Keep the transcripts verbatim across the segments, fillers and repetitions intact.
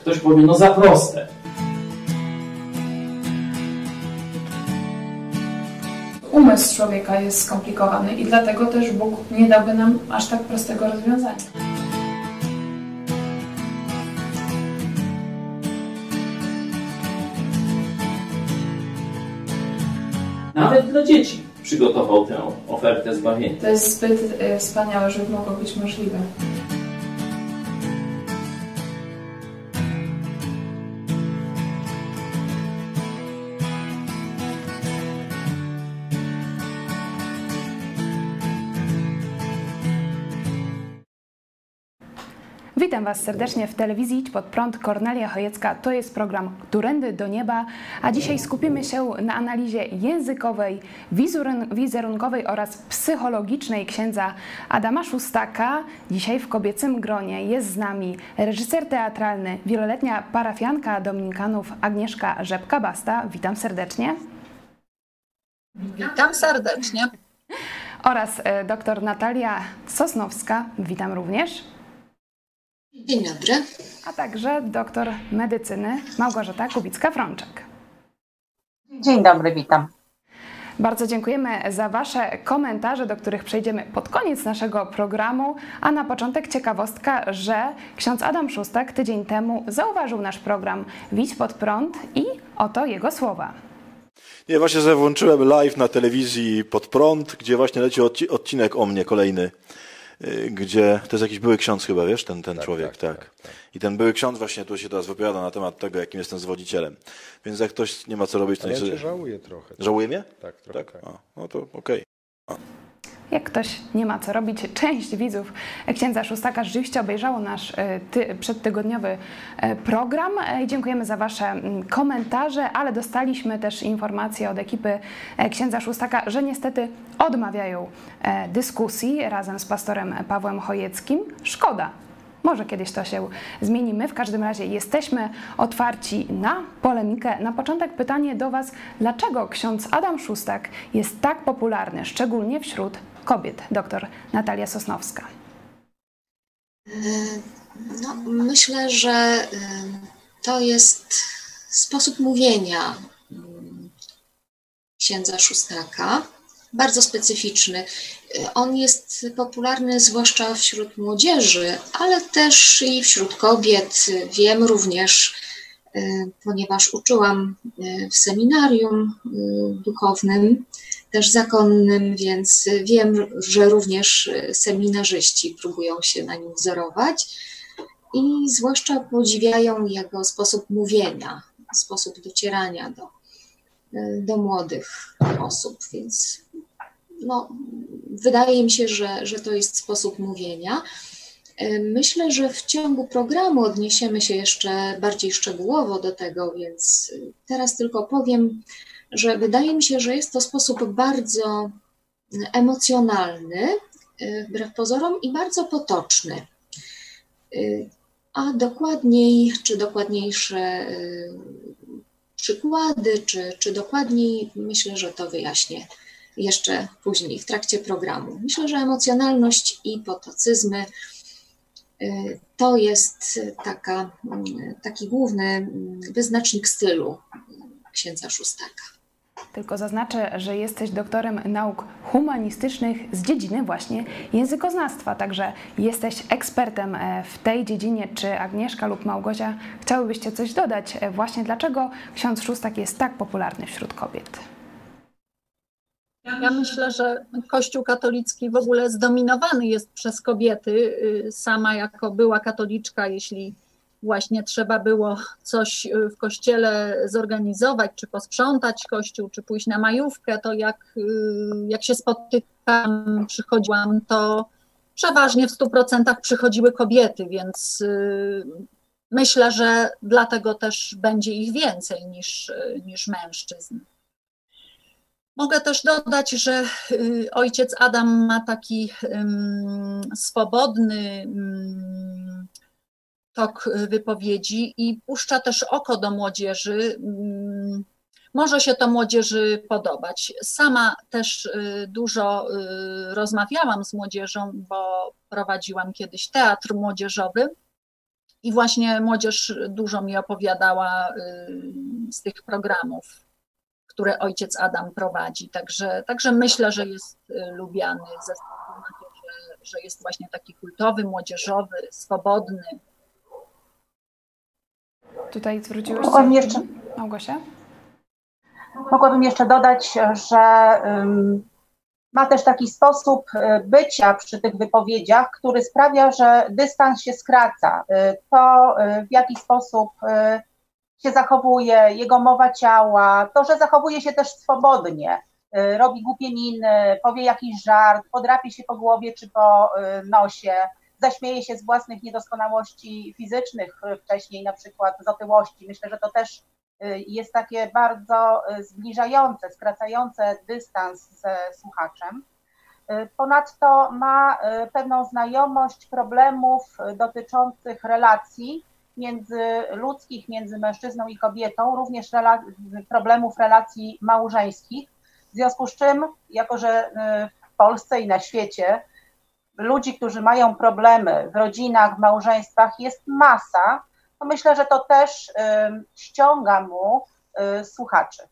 Ktoś powie, no za proste. Umysł człowieka jest skomplikowany i dlatego też Bóg nie dałby nam aż tak prostego rozwiązania. Nawet dla dzieci przygotował tę ofertę zbawienia. To jest zbyt y, wspaniałe, żeby mogło być możliwe. Witam Was serdecznie w telewizji Idź Pod Prąd. Kornelia Chojecka. To jest program Którędy do Nieba, a dzisiaj skupimy się na analizie językowej, wizerunkowej oraz psychologicznej księdza Adama Szóstaka. Dzisiaj w kobiecym gronie jest z nami reżyser teatralny, wieloletnia parafianka dominikanów Agnieszka Rzepka-Basta. Witam serdecznie. Witam serdecznie. Oraz dr Natalia Sosnowska. Witam również. Dzień dobry. A także doktor medycyny Małgorzata Kubicka-Frączek. Dzień dobry, witam. Bardzo dziękujemy za Wasze komentarze, do których przejdziemy pod koniec naszego programu. A na początek ciekawostka, że ksiądz Adam Szóstak tydzień temu zauważył nasz program Idź Pod Prąd i oto jego słowa. Nie, właśnie sobie włączyłem live na telewizji Pod Prąd, gdzie właśnie leci odcinek o mnie kolejny. Gdzie to jest jakiś były ksiądz chyba, wiesz, ten, ten tak, człowiek, tak, tak. tak. I ten były ksiądz właśnie tu się teraz wypowiada na temat tego, jakim jestem zwodzicielem. Więc jak ktoś nie ma co robić, to nie... nie Ja cię żałuję trochę. Żałuje mnie? Tak, trochę tak. tak. A, no to okej. Okay. Jak ktoś nie ma co robić, część widzów księdza Szóstaka rzeczywiście obejrzało nasz ty, przedtygodniowy program. Dziękujemy za Wasze komentarze, ale dostaliśmy też informację od ekipy księdza Szóstaka, że niestety odmawiają dyskusji razem z pastorem Pawłem Chojeckim. Szkoda. Może kiedyś to się zmieni. My w każdym razie jesteśmy otwarci na polemikę. Na początek pytanie do Was. Dlaczego ksiądz Adam Szóstak jest tak popularny, szczególnie wśród kobiet? Doktor Natalia Sosnowska. No, myślę, że to jest sposób mówienia księdza Szóstaka. Bardzo specyficzny. On jest popularny zwłaszcza wśród młodzieży, ale też i wśród kobiet. Wiem również, ponieważ uczyłam w seminarium duchownym, też zakonnym, więc wiem, że również seminarzyści próbują się na nim wzorować i zwłaszcza podziwiają jego sposób mówienia, sposób docierania do, do młodych osób, więc no, wydaje mi się, że, że to jest sposób mówienia. Myślę, że w ciągu programu odniesiemy się jeszcze bardziej szczegółowo do tego, więc teraz tylko powiem, że wydaje mi się, że jest to sposób bardzo emocjonalny, wbrew pozorom, i bardzo potoczny. A dokładniej, czy dokładniejsze przykłady, czy, czy dokładniej, myślę, że to wyjaśnię jeszcze później, w trakcie programu. Myślę, że emocjonalność i potocyzmy to jest taka, taki główny wyznacznik stylu księdza Szóstaka. Tylko zaznaczę, że jesteś doktorem nauk humanistycznych z dziedziny właśnie językoznawstwa, także jesteś ekspertem w tej dziedzinie. Czy Agnieszka lub Małgosia chciałybyście coś dodać? Właśnie dlaczego ksiądz Szóstak jest tak popularny wśród kobiet? Ja myślę, że Kościół katolicki w ogóle zdominowany jest przez kobiety. Sama jako była katoliczka, jeśli właśnie trzeba było coś w kościele zorganizować, czy posprzątać kościół, czy pójść na majówkę, to jak, jak się spotykam, przychodziłam, to przeważnie w stu procentach przychodziły kobiety, więc myślę, że dlatego też będzie ich więcej niż, niż mężczyzn. Mogę też dodać, że ojciec Adam ma taki um, swobodny um, tok wypowiedzi i puszcza też oko do młodzieży. Um, może się to młodzieży podobać. Sama też y, dużo y, rozmawiałam z młodzieżą, bo prowadziłam kiedyś teatr młodzieżowy I właśnie młodzież dużo mi opowiadała z tych programów, które ojciec Adam prowadzi. Także, także myślę, że jest lubiany ze względu na to, że, że jest właśnie taki kultowy, młodzieżowy, swobodny. Tutaj zwróciłeś Mogłabym jeszcze, Małgosia? Mogłabym jeszcze dodać, że um, ma też taki sposób bycia przy tych wypowiedziach, który sprawia, że dystans się skraca. To, w jaki sposób się zachowuje, jego mowa ciała, to, że zachowuje się też swobodnie, robi głupie miny, powie jakiś żart, podrapie się po głowie czy po nosie, zaśmieje się z własnych niedoskonałości fizycznych wcześniej, na przykład z otyłości. Myślę, że to też jest takie bardzo zbliżające, skracające dystans ze słuchaczem. Ponadto ma pewną znajomość problemów dotyczących relacji międzyludzkich, między mężczyzną i kobietą, również rela- problemów relacji małżeńskich. W związku z czym, jako że w Polsce i na świecie ludzi, którzy mają problemy w rodzinach, w małżeństwach jest masa, to myślę, że to też y, ściąga mu y, słuchaczy.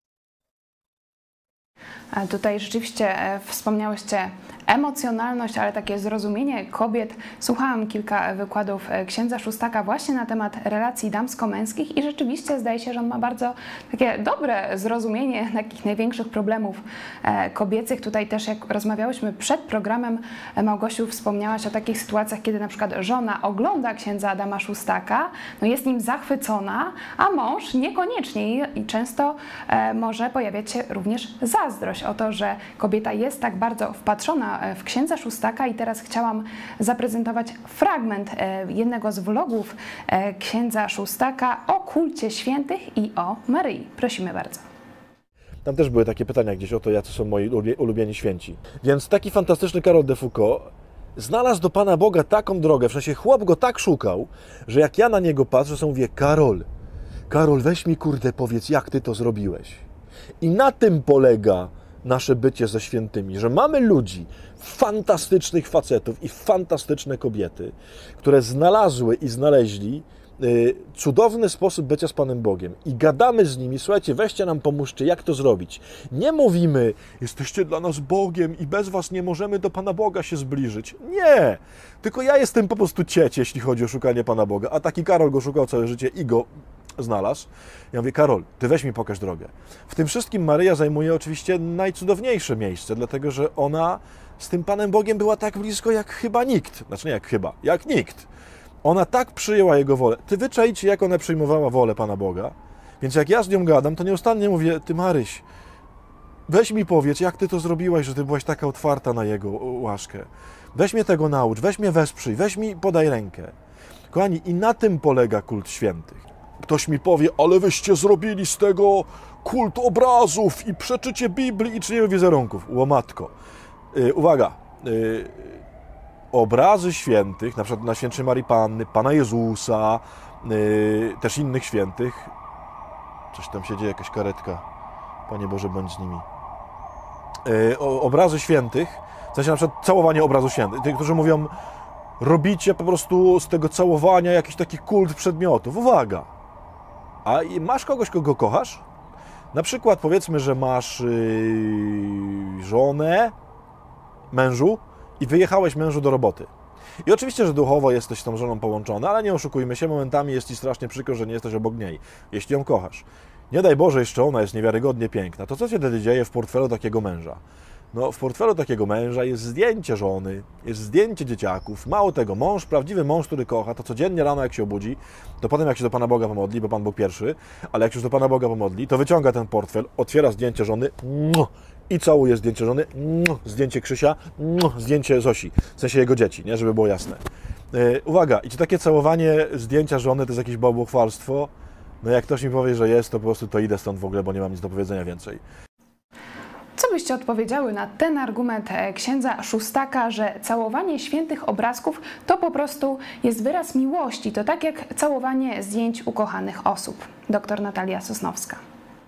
A tutaj rzeczywiście wspomniałyście emocjonalność, ale takie zrozumienie kobiet. Słuchałam kilka wykładów księdza Szóstaka właśnie na temat relacji damsko-męskich i rzeczywiście zdaje się, że on ma bardzo takie dobre zrozumienie takich największych problemów kobiecych. Tutaj też jak rozmawiałyśmy przed programem, Małgosiu, wspomniałaś o takich sytuacjach, kiedy na przykład żona ogląda księdza Adama Szóstaka, no jest nim zachwycona, a mąż niekoniecznie i często może pojawiać się również zazdrość o to, że kobieta jest tak bardzo wpatrzona w księdza Szóstaka i teraz chciałam zaprezentować fragment jednego z vlogów księdza Szóstaka o kulcie świętych i o Maryi. Prosimy bardzo. Tam też były takie pytania gdzieś o to, jacy są moi ulubieni święci. Więc taki fantastyczny Karol de Foucauld znalazł do Pana Boga taką drogę, w sensie chłop go tak szukał, że jak ja na niego patrzę, to mówię: Karol, Karol, weź mi kurde powiedz, jak ty to zrobiłeś. I na tym polega nasze bycie ze świętymi, że mamy ludzi, fantastycznych facetów i fantastyczne kobiety, które znalazły i znaleźli y, cudowny sposób bycia z Panem Bogiem i gadamy z nimi: słuchajcie, weźcie nam, pomóżcie, jak to zrobić. Nie mówimy: jesteście dla nas Bogiem i bez was nie możemy do Pana Boga się zbliżyć. Nie! Tylko ja jestem po prostu cieć, jeśli chodzi o szukanie Pana Boga, a taki Karol go szukał całe życie i go znalazł. Ja mówię: Karol, ty weź mi pokaż drogę. W tym wszystkim Maryja zajmuje oczywiście najcudowniejsze miejsce, dlatego że ona z tym Panem Bogiem była tak blisko jak chyba nikt. Znaczy nie jak chyba, jak nikt. Ona tak przyjęła Jego wolę. Ty wyczajcie, jak ona przyjmowała wolę Pana Boga. Więc jak ja z nią gadam, to nieustannie mówię: ty Maryś, weź mi powiedz, jak ty to zrobiłaś, że ty byłaś taka otwarta na Jego łaskę. Weź mnie tego naucz, weź mnie wesprzyj, weź mi podaj rękę. Kochani, i na tym polega kult świętych. Ktoś mi powie: ale wyście zrobili z tego kult obrazów i przeczycie Biblii i czynienie wizerunków. Łomatko. Yy, uwaga. Yy, obrazy świętych, na przykład na Świętszej Marii Panny, Pana Jezusa, yy, też innych świętych. Coś tam się dzieje, jakaś karetka. Panie Boże, bądź z nimi. Yy, obrazy świętych, w sensie na przykład całowanie obrazu świętych. Tych, którzy mówią: robicie po prostu z tego całowania jakiś taki kult przedmiotów. Uwaga! A masz kogoś, kogo kochasz? Na przykład powiedzmy, że masz yy, żonę, mężu i wyjechałeś mężu do roboty. I oczywiście, że duchowo jesteś z tą żoną połączony, ale nie oszukujmy się, momentami jest ci strasznie przykro, że nie jesteś obok niej, jeśli ją kochasz. Nie daj Boże, jeszcze ona jest niewiarygodnie piękna. To co się wtedy dzieje w portfelu takiego męża? No, w portfelu takiego męża jest zdjęcie żony, jest zdjęcie dzieciaków. Mało tego, mąż, prawdziwy mąż, który kocha, to codziennie rano jak się obudzi, to potem jak się do Pana Boga pomodli, bo Pan Bóg pierwszy, ale jak się już do Pana Boga pomodli, to wyciąga ten portfel, otwiera zdjęcie żony i całuje zdjęcie żony, zdjęcie Krzysia, zdjęcie Zosi, w sensie jego dzieci, nie, żeby było jasne. Yy, uwaga, i czy takie całowanie zdjęcia żony to jest jakieś bałwochwalstwo? No jak ktoś mi powie, że jest, to po prostu to idę stąd w ogóle, bo nie mam nic do powiedzenia więcej. Co byście odpowiedziały na ten argument księdza Szóstaka, że całowanie świętych obrazków to po prostu jest wyraz miłości, to tak jak całowanie zdjęć ukochanych osób? Doktor Natalia Sosnowska.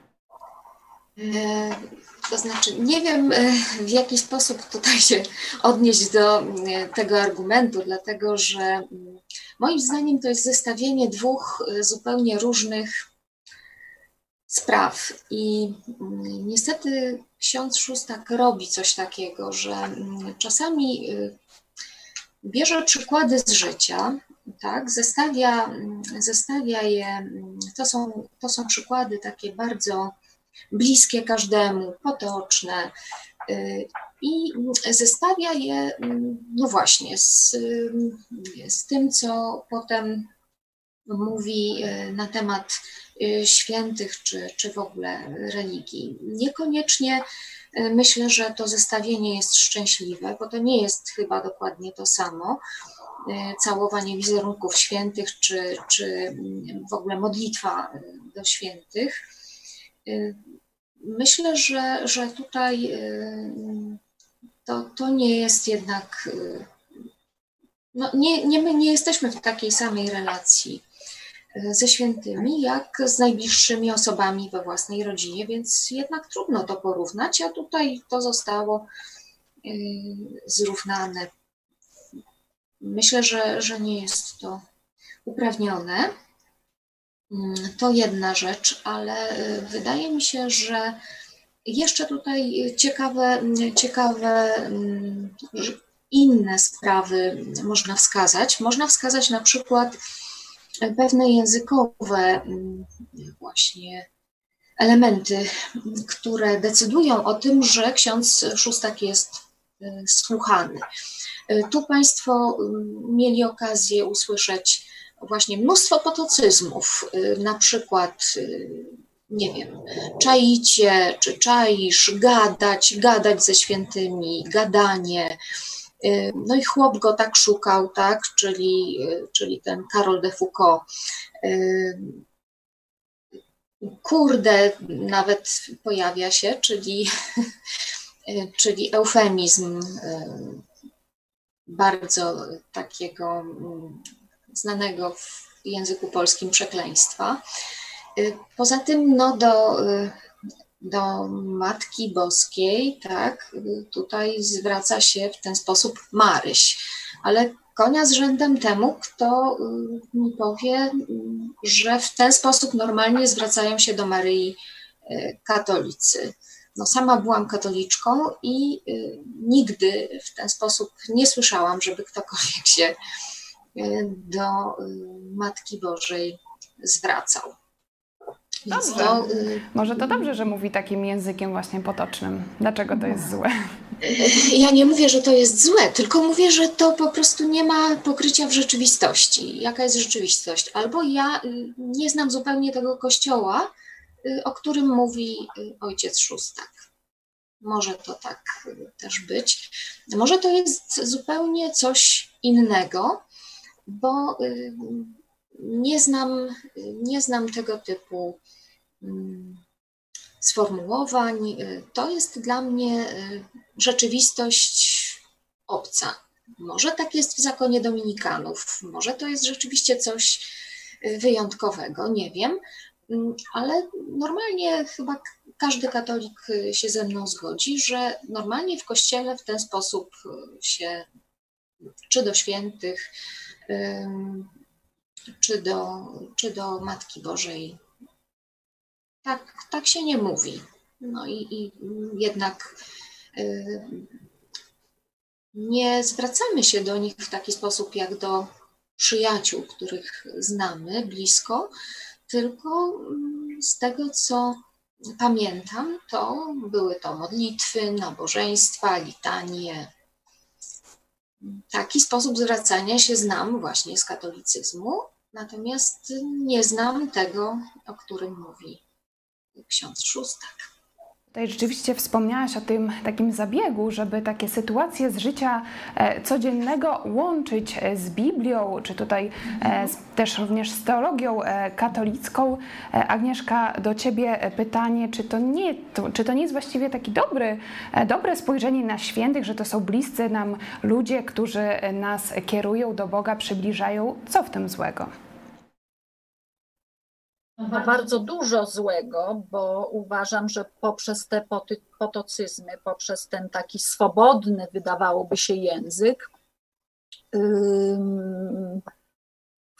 To znaczy, nie wiem, w jaki sposób tutaj się odnieść do tego argumentu, dlatego że Moim zdaniem to jest zestawienie dwóch zupełnie różnych spraw i niestety ksiądz Szóstak robi coś takiego, że czasami bierze przykłady z życia, tak, zestawia, zestawia je, to są, to są przykłady takie bardzo bliskie każdemu, potoczne i zestawia je, no właśnie, z, z tym, co potem mówi na temat świętych czy, czy w ogóle religii. Niekoniecznie myślę, że to zestawienie jest szczęśliwe, bo to nie jest chyba dokładnie to samo. Całowanie wizerunków świętych czy, czy w ogóle modlitwa do świętych. Myślę, że, że tutaj to, to nie jest jednak, no nie, nie, my nie jesteśmy w takiej samej relacji ze świętymi, jak z najbliższymi osobami we własnej rodzinie, więc jednak trudno to porównać, a tutaj to zostało zrównane. Myślę, że, że nie jest to uprawnione. To jedna rzecz, ale wydaje mi się, że jeszcze tutaj ciekawe, ciekawe inne sprawy można wskazać. Można wskazać na przykład pewne językowe właśnie elementy, które decydują o tym, że ksiądz Szóstak jest słuchany. Tu Państwo mieli okazję usłyszeć właśnie mnóstwo potocyzmów, na przykład, nie wiem, czaicie czy czaisz, gadać, gadać ze świętymi, gadanie. No i chłop go tak szukał, tak, czyli, czyli ten Karol de Foucault. Kurde nawet pojawia się, czyli, czyli eufemizm bardzo takiego znanego w języku polskim przekleństwa. Poza tym no do, do Matki Boskiej, tak, tutaj zwraca się w ten sposób Maryś, ale konia z rzędem temu, kto mi powie, że w ten sposób normalnie zwracają się do Maryi katolicy. No, sama byłam katoliczką i nigdy w ten sposób nie słyszałam, żeby ktokolwiek się do Matki Bożej zwracał. Więc to, może to dobrze, że mówi takim językiem właśnie potocznym. Dlaczego to jest złe? Ja nie mówię, że to jest złe, tylko mówię, że to po prostu nie ma pokrycia w rzeczywistości. Jaka jest rzeczywistość? Albo ja nie znam zupełnie tego kościoła, o którym mówi ojciec Szóstak. Może to tak też być. Może to jest zupełnie coś innego, bo nie znam, nie znam tego typu sformułowań. To jest dla mnie rzeczywistość obca. Może tak jest w zakonie dominikanów, może to jest rzeczywiście coś wyjątkowego, nie wiem, ale normalnie chyba każdy katolik się ze mną zgodzi, że normalnie w kościele w ten sposób się czy do świętych, czy do, czy do Matki Bożej tak, tak się nie mówi. No i, i jednak nie zwracamy się do nich w taki sposób jak do przyjaciół, których znamy blisko, tylko z tego, co pamiętam, to były to modlitwy, nabożeństwa, litanie. Taki sposób zwracania się znam właśnie z katolicyzmu, natomiast nie znam tego, o którym mówi ksiądz Szóstak. Tutaj rzeczywiście wspomniałaś o tym takim zabiegu, żeby takie sytuacje z życia codziennego łączyć z Biblią, czy tutaj też również z teologią katolicką. Agnieszka, do Ciebie pytanie, czy to nie, czy to nie jest właściwie taki dobry, dobre spojrzenie na świętych, że to są bliscy nam ludzie, którzy nas kierują do Boga, przybliżają. Co w tym złego? No bardzo dużo złego, bo uważam, że poprzez te potocyzmy, poprzez ten taki swobodny, wydawałoby się, język,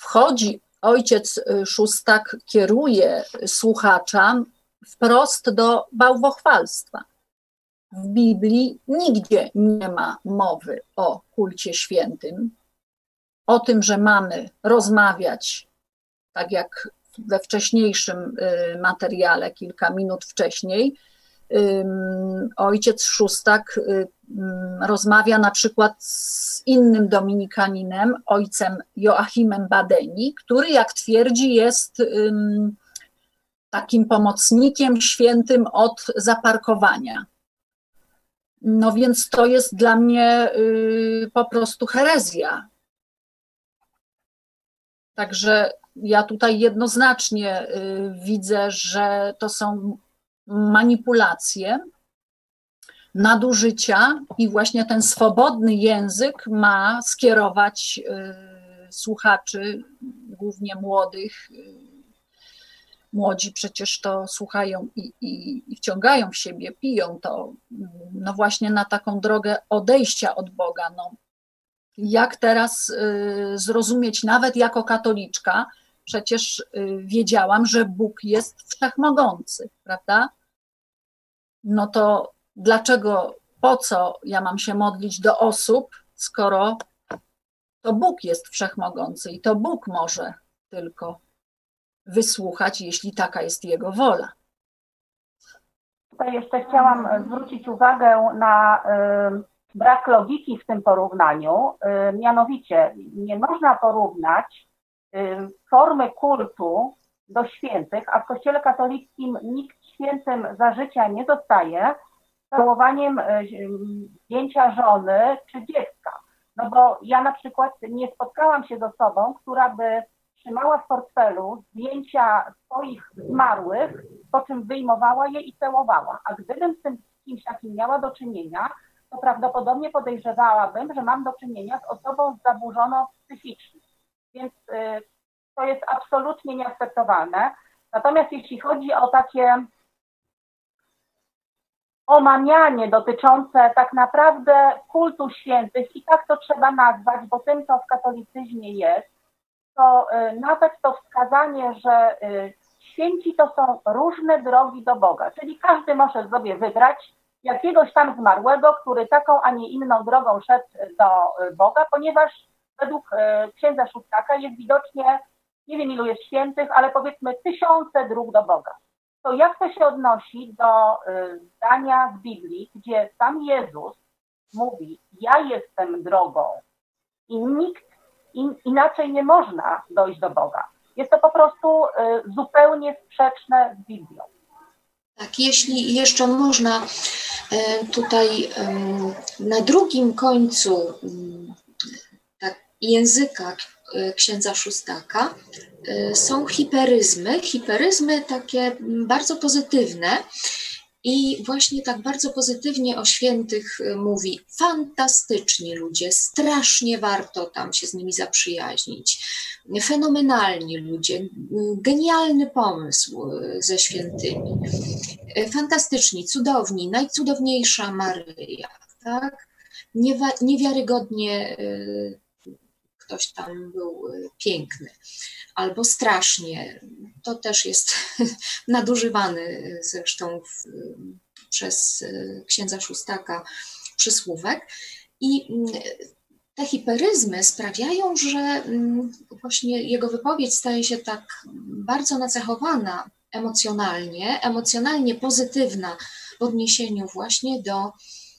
wchodzi, ojciec Szóstak kieruje słuchacza wprost do bałwochwalstwa. W Biblii nigdzie nie ma mowy o kulcie świętym, o tym, że mamy rozmawiać, tak jak we wcześniejszym materiale, kilka minut wcześniej, ojciec Szóstak rozmawia na przykład z innym dominikaninem, ojcem Joachimem Badeni, który, jak twierdzi, jest takim pomocnikiem świętym od zaparkowania. No więc to jest dla mnie po prostu herezja. Także ja tutaj jednoznacznie widzę, że to są manipulacje, nadużycia i właśnie ten swobodny język ma skierować słuchaczy, głównie młodych. Młodzi przecież to słuchają i, i, i wciągają w siebie, piją to, no właśnie na taką drogę odejścia od Boga. No, jak teraz y, zrozumieć, nawet jako katoliczka, przecież y, wiedziałam, że Bóg jest wszechmogący, prawda? No to dlaczego, po co ja mam się modlić do osób, skoro to Bóg jest wszechmogący i to Bóg może tylko wysłuchać, jeśli taka jest Jego wola. Tutaj jeszcze chciałam zwrócić uwagę na y, brak logiki w tym porównaniu. Y, mianowicie nie można porównać y, formy kultu do świętych, a w Kościele katolickim nikt świętym za życia nie zostaje, całowaniem y, zdjęcia żony czy dziecka. No bo ja na przykład nie spotkałam się z osobą, która by trzymała w portfelu zdjęcia swoich zmarłych, po czym wyjmowała je i całowała. A gdybym z tym z kimś takim miała do czynienia, to prawdopodobnie podejrzewałabym, że mam do czynienia z osobą zaburzoną psychicznie. Więc y, to jest absolutnie nieakceptowalne. Natomiast jeśli chodzi o takie omamianie dotyczące tak naprawdę kultu świętych, i tak to trzeba nazwać, bo tym to w katolicyzmie jest, to nawet to wskazanie, że święci to są różne drogi do Boga, czyli każdy może sobie wybrać jakiegoś tam zmarłego, który taką, a nie inną drogą szedł do Boga, ponieważ według księdza Szóstaka jest widocznie, nie wiem ilu jest świętych, ale powiedzmy tysiące dróg do Boga. To jak to się odnosi do zdania z Biblii, gdzie sam Jezus mówi, ja jestem drogą i nikt In, inaczej nie można dojść do Boga. Jest to po prostu y, zupełnie sprzeczne z Biblią. Tak, jeśli jeszcze można y, tutaj y, na drugim końcu y, tak, języka y, księdza Szóstaka y, są hiperyzmy, hiperyzmy takie bardzo pozytywne. I właśnie tak bardzo pozytywnie o świętych mówi, fantastyczni ludzie, strasznie warto tam się z nimi zaprzyjaźnić, fenomenalni ludzie, genialny pomysł ze świętymi, fantastyczni, cudowni, najcudowniejsza Maryja, tak? Niewa- niewiarygodnie ktoś tam był piękny, albo strasznie. To też jest nadużywany zresztą w, przez księdza Szóstaka przysłówek. I te hiperyzmy sprawiają, że właśnie jego wypowiedź staje się tak bardzo nacechowana emocjonalnie, emocjonalnie pozytywna w odniesieniu właśnie do,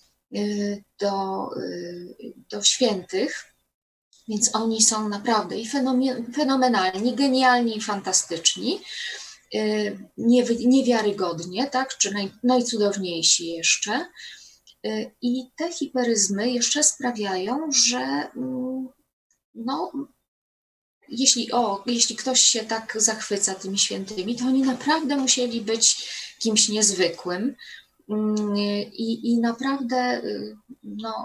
do, do świętych. Więc oni są naprawdę i fenomenalni, genialni i fantastyczni, niewiarygodnie, tak, czy naj, najcudowniejsi jeszcze. I te hiperyzmy jeszcze sprawiają, że no, jeśli, o, jeśli ktoś się tak zachwyca tymi świętymi, to oni naprawdę musieli być kimś niezwykłym i, i naprawdę no,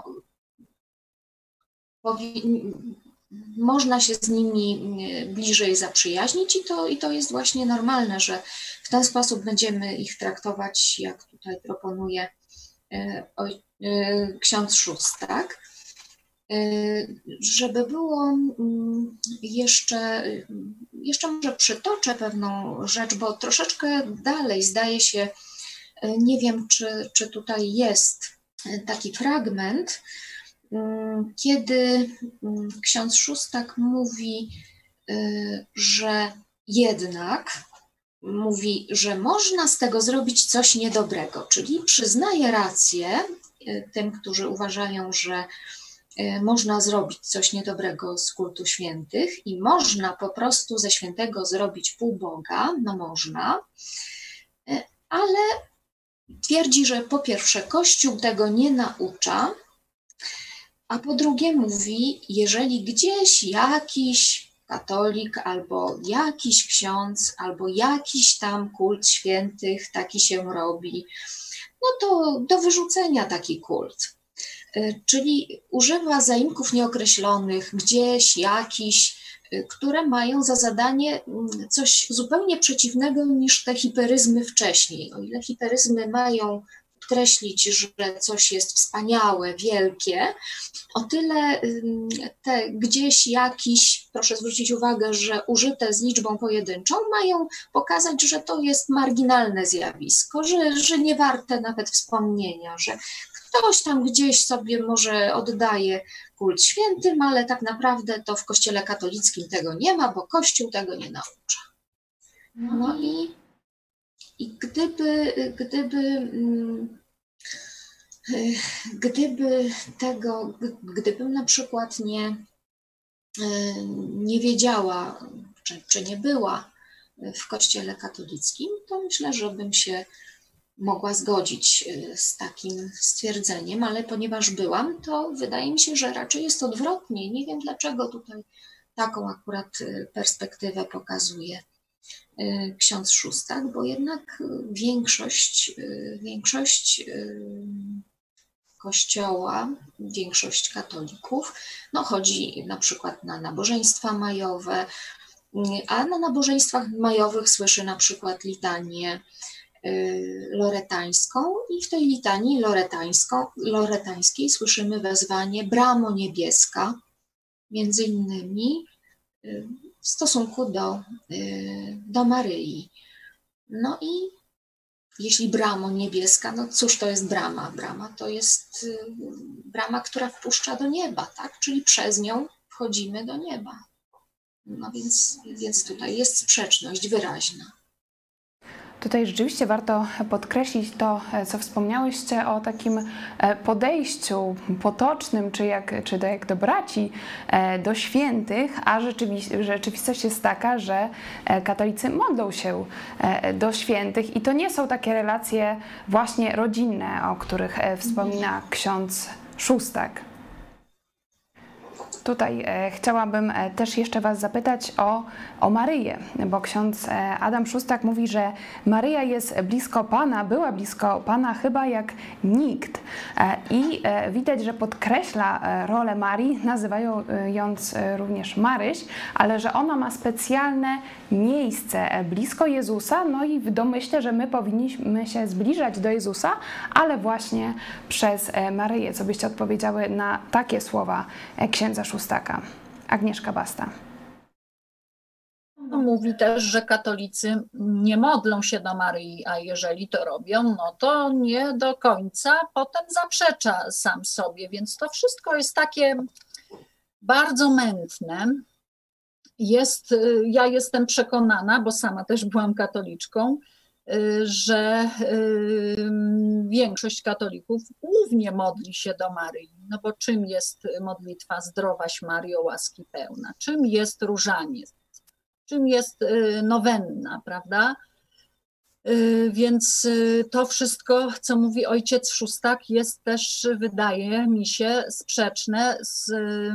można się z nimi bliżej zaprzyjaźnić i to, i to jest właśnie normalne, że w ten sposób będziemy ich traktować, jak tutaj proponuje ksiądz Szóstak. Żeby było jeszcze, jeszcze może przytoczę pewną rzecz, bo troszeczkę dalej zdaje się, nie wiem, czy, czy tutaj jest taki fragment, kiedy ksiądz Szóstak mówi, że jednak mówi, że można z tego zrobić coś niedobrego, czyli przyznaje rację tym, którzy uważają, że można zrobić coś niedobrego z kultu świętych i można po prostu ze świętego zrobić półboga, no można, ale twierdzi, że po pierwsze Kościół tego nie naucza, a po drugie mówi, jeżeli gdzieś jakiś katolik albo jakiś ksiądz albo jakiś tam kult świętych taki się robi, no to do wyrzucenia taki kult. Czyli używa zaimków nieokreślonych, gdzieś jakiś, które mają za zadanie coś zupełnie przeciwnego niż te hiperyzmy wcześniej. O ile hiperyzmy mają podkreślić, że coś jest wspaniałe, wielkie, o tyle te gdzieś jakiś, proszę zwrócić uwagę, że użyte z liczbą pojedynczą, mają pokazać, że to jest marginalne zjawisko, że, że nie warte nawet wspomnienia, że ktoś tam gdzieś sobie może oddaje kult świętym, ale tak naprawdę to w Kościele katolickim tego nie ma, bo Kościół tego nie naucza. No i, i gdyby, gdyby, gdyby tego, gdybym na przykład nie, nie wiedziała, czy, czy nie była w Kościele katolickim, to myślę, że bym się mogła zgodzić z takim stwierdzeniem, ale ponieważ byłam, to wydaje mi się, że raczej jest odwrotnie. Nie wiem, dlaczego tutaj taką akurat perspektywę pokazuje ksiądz Szóstak, bo jednak większość, większość Kościoła, większość katolików, no chodzi na przykład na nabożeństwa majowe, a na nabożeństwach majowych słyszy na przykład litanię loretańską i w tej litanii loretańską, loretańskiej słyszymy wezwanie Bramo niebieska, między innymi w stosunku do, do Maryi. No i jeśli bramo niebieska, no cóż to jest brama? Brama to jest brama, która wpuszcza do nieba, tak? Czyli przez nią wchodzimy do nieba. No więc, więc tutaj jest sprzeczność wyraźna. Tutaj rzeczywiście warto podkreślić to, co wspomniałyście o takim podejściu potocznym, czy jak, czy do, jak do braci, do świętych, a rzeczywi- rzeczywistość jest taka, że katolicy modlą się do świętych i to nie są takie relacje właśnie rodzinne, o których wspomina ksiądz Szóstak. Tutaj e, chciałabym e, też jeszcze Was zapytać o, o Maryję, bo ksiądz e, Adam Szóstak mówi, że Maryja jest blisko Pana, była blisko Pana chyba jak nikt. E, I e, widać, że podkreśla e, rolę Marii, nazywając e, również Maryś, ale że ona ma specjalne miejsce e, blisko Jezusa, no i w domyśle, że my powinniśmy się zbliżać do Jezusa, ale właśnie przez e, Maryję. Co byście odpowiedziały na takie słowa e, księdza Szóstaka? Agnieszka Basta. Mówi też, że katolicy nie modlą się do Maryi, a jeżeli to robią, no to nie do końca potem zaprzecza sam sobie, więc to wszystko jest takie bardzo mętne. Jest, ja jestem przekonana, bo sama też byłam katoliczką, że większość katolików głównie modli się do Maryi. No bo czym jest modlitwa Zdrowaś Maryjo, łaski pełna? Czym jest różaniec? Czym jest nowenna, prawda? Więc to wszystko, co mówi ojciec Szóstak, jest też, wydaje mi się, sprzeczne z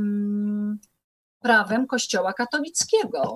prawem Kościoła katolickiego.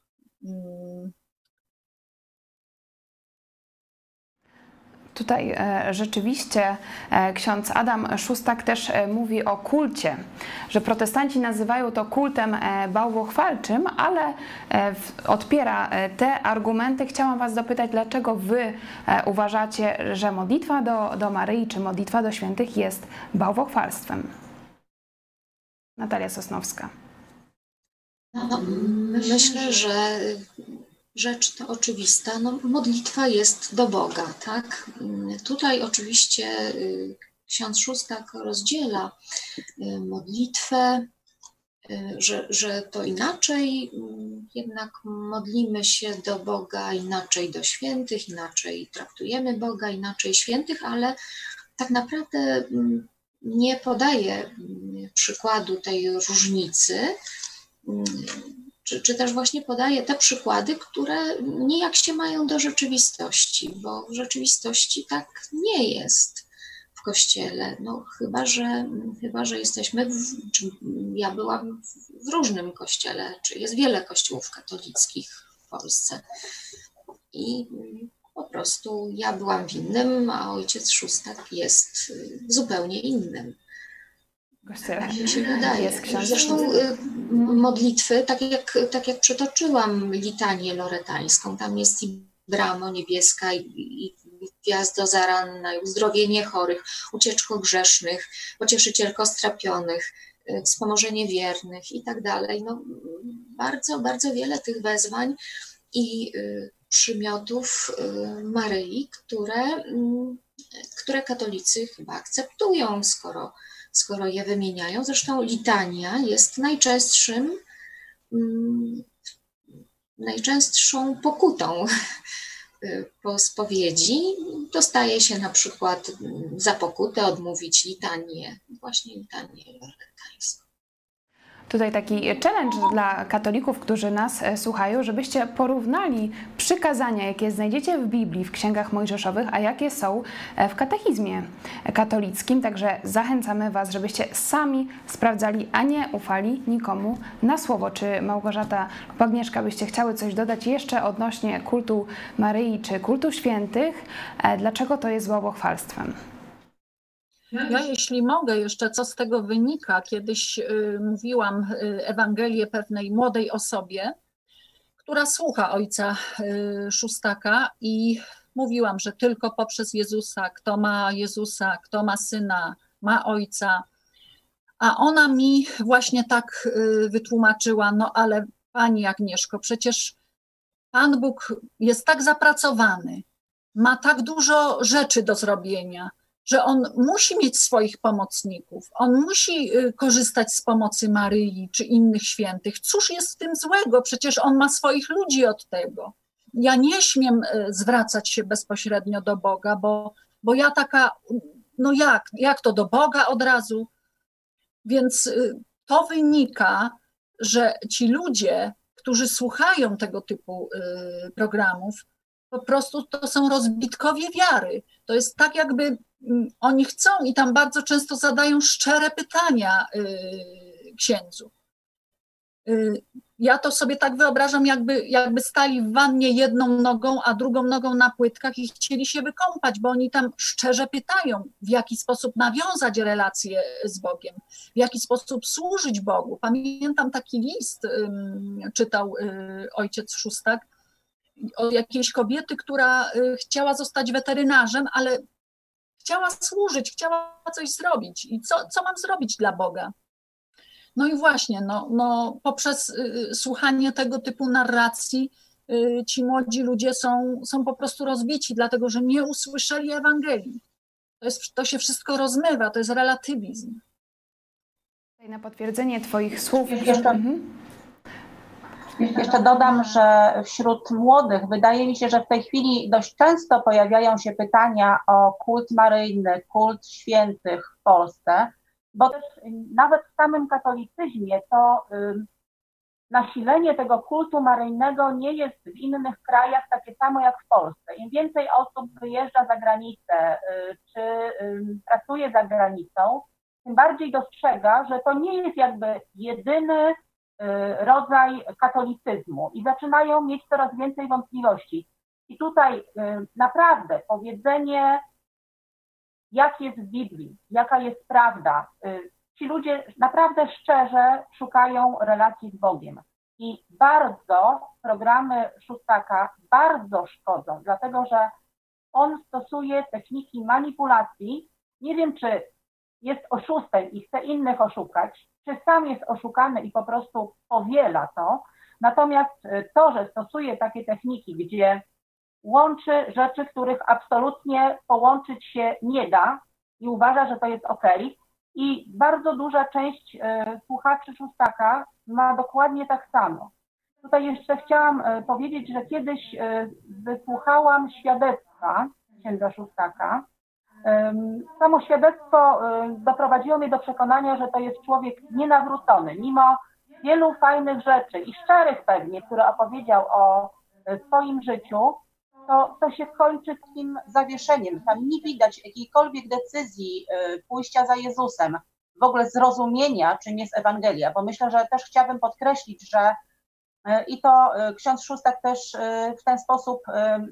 Tutaj e, rzeczywiście e, ksiądz Adam Szóstak też e, mówi o kulcie, że protestanci nazywają to kultem e, bałwochwalczym, ale e, w, odpiera e, te argumenty. Chciałam Was dopytać, dlaczego Wy e, uważacie, że modlitwa do, do Maryi czy modlitwa do świętych jest bałwochwalstwem? Natalia Sosnowska. No, myślę, że rzecz to oczywista. No, modlitwa jest do Boga, tak? Tutaj oczywiście ksiądz Szóstak rozdziela modlitwę, że, że to inaczej, jednak modlimy się do Boga, inaczej do świętych, inaczej traktujemy Boga, inaczej świętych, ale tak naprawdę nie podaje przykładu tej różnicy, czy, czy też właśnie podaje te przykłady, które nijak się mają do rzeczywistości, bo w rzeczywistości tak nie jest w Kościele, no chyba, że, chyba, że jesteśmy, w, czy ja byłam w różnym kościele, czy jest wiele kościołów katolickich w Polsce i po prostu ja byłam w innym, a ojciec Szóstak jest w zupełnie innym. Tak mi się wydaje. Zresztą modlitwy, tak jak, tak jak przytoczyłam litanię loretańską, tam jest i bramo niebieska, i, i gwiazdo zaranna, i uzdrowienie chorych, ucieczko grzesznych, pocieszycielko strapionych, wspomożenie wiernych i tak dalej. No, bardzo, bardzo wiele tych wezwań i przymiotów Maryi, które, które katolicy chyba akceptują, skoro skoro je wymieniają. Zresztą litania jest najczęstszym, najczęstszą pokutą po spowiedzi. Dostaje się na przykład za pokutę odmówić litanię, właśnie litanię loretańską. Tutaj taki challenge dla katolików, którzy nas słuchają, żebyście porównali przykazania, jakie znajdziecie w Biblii, w księgach mojżeszowych, a jakie są w katechizmie katolickim. Także zachęcamy Was, żebyście sami sprawdzali, a nie ufali nikomu na słowo. Czy Małgorzata lub Agnieszka byście chciały coś dodać jeszcze odnośnie kultu Maryi czy kultu świętych? Dlaczego to jest bałwochwalstwem? Ja, jeśli mogę, jeszcze co z tego wynika, kiedyś y, mówiłam y, Ewangelię pewnej młodej osobie, która słucha ojca y, Szóstaka i mówiłam, że tylko poprzez Jezusa, kto ma Jezusa, kto ma Syna, ma Ojca. A ona mi właśnie tak y, wytłumaczyła, no ale Pani Agnieszko, przecież Pan Bóg jest tak zapracowany, ma tak dużo rzeczy do zrobienia, że on musi mieć swoich pomocników, on musi korzystać z pomocy Maryi czy innych świętych. Cóż jest w tym złego? Przecież on ma swoich ludzi od tego. Ja nie śmiem zwracać się bezpośrednio do Boga, bo, bo ja taka, no jak, jak to do Boga od razu? Więc to wynika, że ci ludzie, którzy słuchają tego typu programów, po prostu to są rozbitkowie wiary. To jest tak, jakby oni chcą i tam bardzo często zadają szczere pytania księdzu. Ja to sobie tak wyobrażam, jakby, jakby stali w wannie jedną nogą, a drugą nogą na płytkach i chcieli się wykąpać, bo oni tam szczerze pytają, w jaki sposób nawiązać relacje z Bogiem, w jaki sposób służyć Bogu. Pamiętam taki list, czytał ojciec Szóstak, od jakiejś kobiety, która chciała zostać weterynarzem, ale chciała służyć, chciała coś zrobić. I co, co mam zrobić dla Boga? No i właśnie, no, no, poprzez y, słuchanie tego typu narracji y, ci młodzi ludzie są, są po prostu rozbici, dlatego że nie usłyszeli Ewangelii. To, jest, to się wszystko rozmywa, to jest relatywizm. Na potwierdzenie Twoich słów. Jeszcze, mhm. jeszcze dodam, że wśród młodych wydaje mi się, że w tej chwili dość często pojawiają się pytania o kult maryjny, kult świętych w Polsce, bo też nawet w samym katolicyzmie to y, nasilenie tego kultu maryjnego nie jest w innych krajach takie samo jak w Polsce. Im więcej osób wyjeżdża za granicę y, czy y, pracuje za granicą, tym bardziej dostrzega, że to nie jest jakby jedyny y, rodzaj katolicyzmu i zaczynają mieć coraz więcej wątpliwości. I tutaj y, naprawdę powiedzenie, jak jest w Biblii, jaka jest prawda. Ci ludzie naprawdę szczerze szukają relacji z Bogiem. I bardzo programy Szóstaka bardzo szkodzą, dlatego że on stosuje techniki manipulacji. Nie wiem, czy jest oszustem i chce innych oszukać, czy sam jest oszukany i po prostu powiela to. Natomiast to, że stosuje takie techniki, gdzie łączy rzeczy, których absolutnie połączyć się nie da i uważa, że to jest okej. I bardzo duża część słuchaczy Szóstaka ma dokładnie tak samo. Tutaj jeszcze chciałam powiedzieć, że kiedyś wysłuchałam świadectwa księdza Szóstaka. Samo świadectwo doprowadziło mnie do przekonania, że to jest człowiek nienawrócony, mimo wielu fajnych rzeczy i szczerych pewnie, które opowiedział o swoim życiu, to, to się kończy takim zawieszeniem. Tam nie widać jakiejkolwiek decyzji pójścia za Jezusem, w ogóle zrozumienia, czym jest Ewangelia, bo myślę, że też chciałabym podkreślić, że i to ksiądz Szóstak też w ten sposób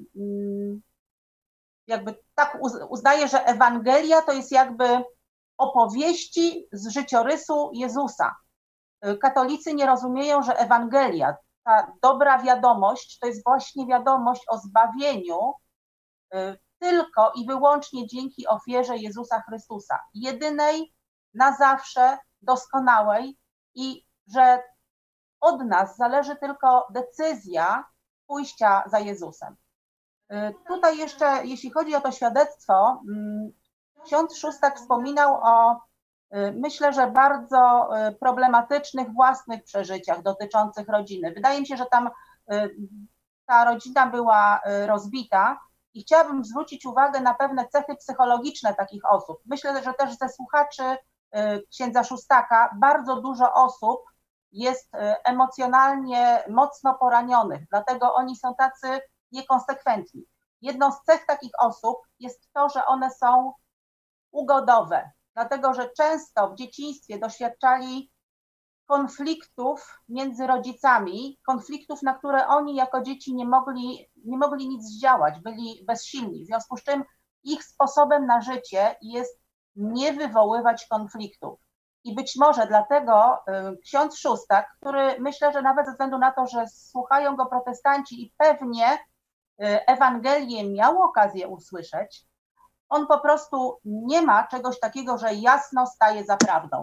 jakby tak uznaje, że Ewangelia to jest jakby opowieści z życiorysu Jezusa. Katolicy nie rozumieją, że Ewangelia, ta dobra wiadomość, to jest właśnie wiadomość o zbawieniu tylko i wyłącznie dzięki ofierze Jezusa Chrystusa, jedynej, na zawsze, doskonałej, i że od nas zależy tylko decyzja pójścia za Jezusem. Tutaj jeszcze, jeśli chodzi o to świadectwo, ksiądz Szóstak wspominał o, myślę, że bardzo problematycznych własnych przeżyciach dotyczących rodziny. Wydaje mi się, że tam ta rodzina była rozbita i chciałabym zwrócić uwagę na pewne cechy psychologiczne takich osób. Myślę, że też ze słuchaczy księdza Szóstaka bardzo dużo osób jest emocjonalnie mocno poranionych, dlatego oni są tacy niekonsekwentni. Jedną z cech takich osób jest to, że one są ugodowe, dlatego że często w dzieciństwie doświadczali konfliktów między rodzicami, konfliktów, na które oni jako dzieci nie mogli, nie mogli nic zdziałać, byli bezsilni, w związku z czym ich sposobem na życie jest nie wywoływać konfliktów. I być może dlatego ksiądz Szóstak, który myślę, że nawet ze względu na to, że słuchają go protestanci i pewnie Ewangelię miał okazję usłyszeć, on po prostu nie ma czegoś takiego, że jasno staje za prawdą.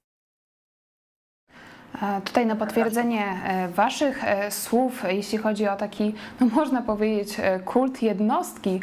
Tutaj na potwierdzenie Waszych słów, jeśli chodzi o taki, no można powiedzieć, kult jednostki,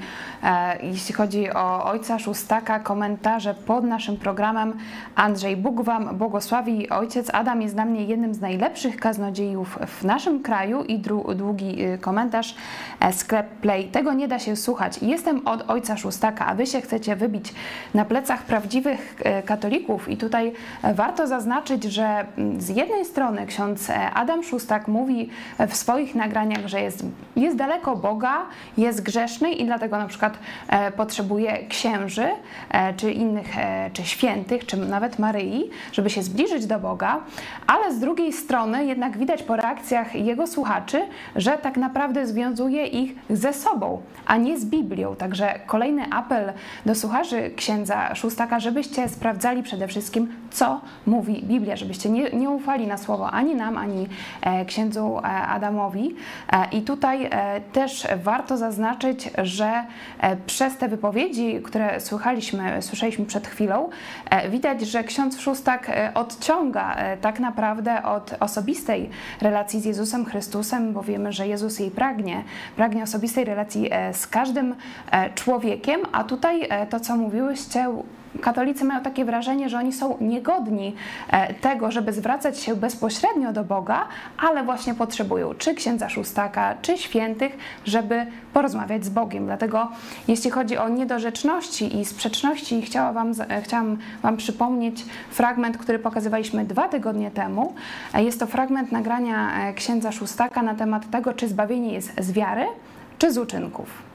jeśli chodzi o ojca Szóstaka, komentarze pod naszym programem. Andrzej, Bóg Wam błogosławi. Ojciec Adam jest dla mnie jednym z najlepszych kaznodziejów w naszym kraju. I długi komentarz, sklep Play. Tego nie da się słuchać. Jestem od ojca Szóstaka, a Wy się chcecie wybić na plecach prawdziwych katolików. I tutaj warto zaznaczyć, że z jednej strony ksiądz Adam Szóstak mówi w swoich nagraniach, że jest, jest daleko Boga, jest grzeszny i dlatego na przykład e, potrzebuje księży, e, czy innych, e, czy świętych, czy nawet Maryi, żeby się zbliżyć do Boga, ale z drugiej strony jednak widać po reakcjach jego słuchaczy, że tak naprawdę związuje ich ze sobą, a nie z Biblią. Także kolejny apel do słuchaczy księdza Szóstaka, żebyście sprawdzali przede wszystkim, co mówi Biblia, żebyście nie, nie ufali na słowo ani nam, ani księdzu Adamowi. I tutaj też warto zaznaczyć, że przez te wypowiedzi, które słuchaliśmy, słyszeliśmy przed chwilą, widać, że ksiądz Szóstak odciąga tak naprawdę od osobistej relacji z Jezusem Chrystusem, bo wiemy, że Jezus jej pragnie, pragnie osobistej relacji z każdym człowiekiem, a tutaj to, co mówiłyście, katolicy mają takie wrażenie, że oni są niegodni tego, żeby zwracać się bezpośrednio do Boga, ale właśnie potrzebują czy księdza Szóstaka, czy świętych, żeby porozmawiać z Bogiem. Dlatego jeśli chodzi o niedorzeczności i sprzeczności, chciała wam, chciałam Wam przypomnieć fragment, który pokazywaliśmy dwa tygodnie temu. Jest to fragment nagrania księdza Szóstaka na temat tego, czy zbawienie jest z wiary, czy z uczynków.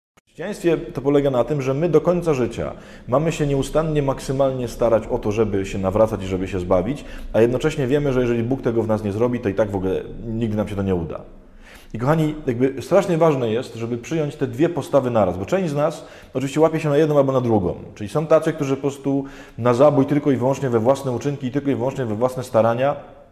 W chrześcijaństwie to polega na tym, że my do końca życia mamy się nieustannie, maksymalnie starać o to, żeby się nawracać i żeby się zbawić, a jednocześnie wiemy, że jeżeli Bóg tego w nas nie zrobi, to i tak w ogóle nigdy nam się to nie uda. I kochani, jakby strasznie ważne jest, żeby przyjąć te dwie postawy naraz, bo część z nas oczywiście łapie się na jedną albo na drugą. Czyli są tacy, którzy po prostu na zabój tylko i wyłącznie we własne uczynki i tylko i wyłącznie we własne starania.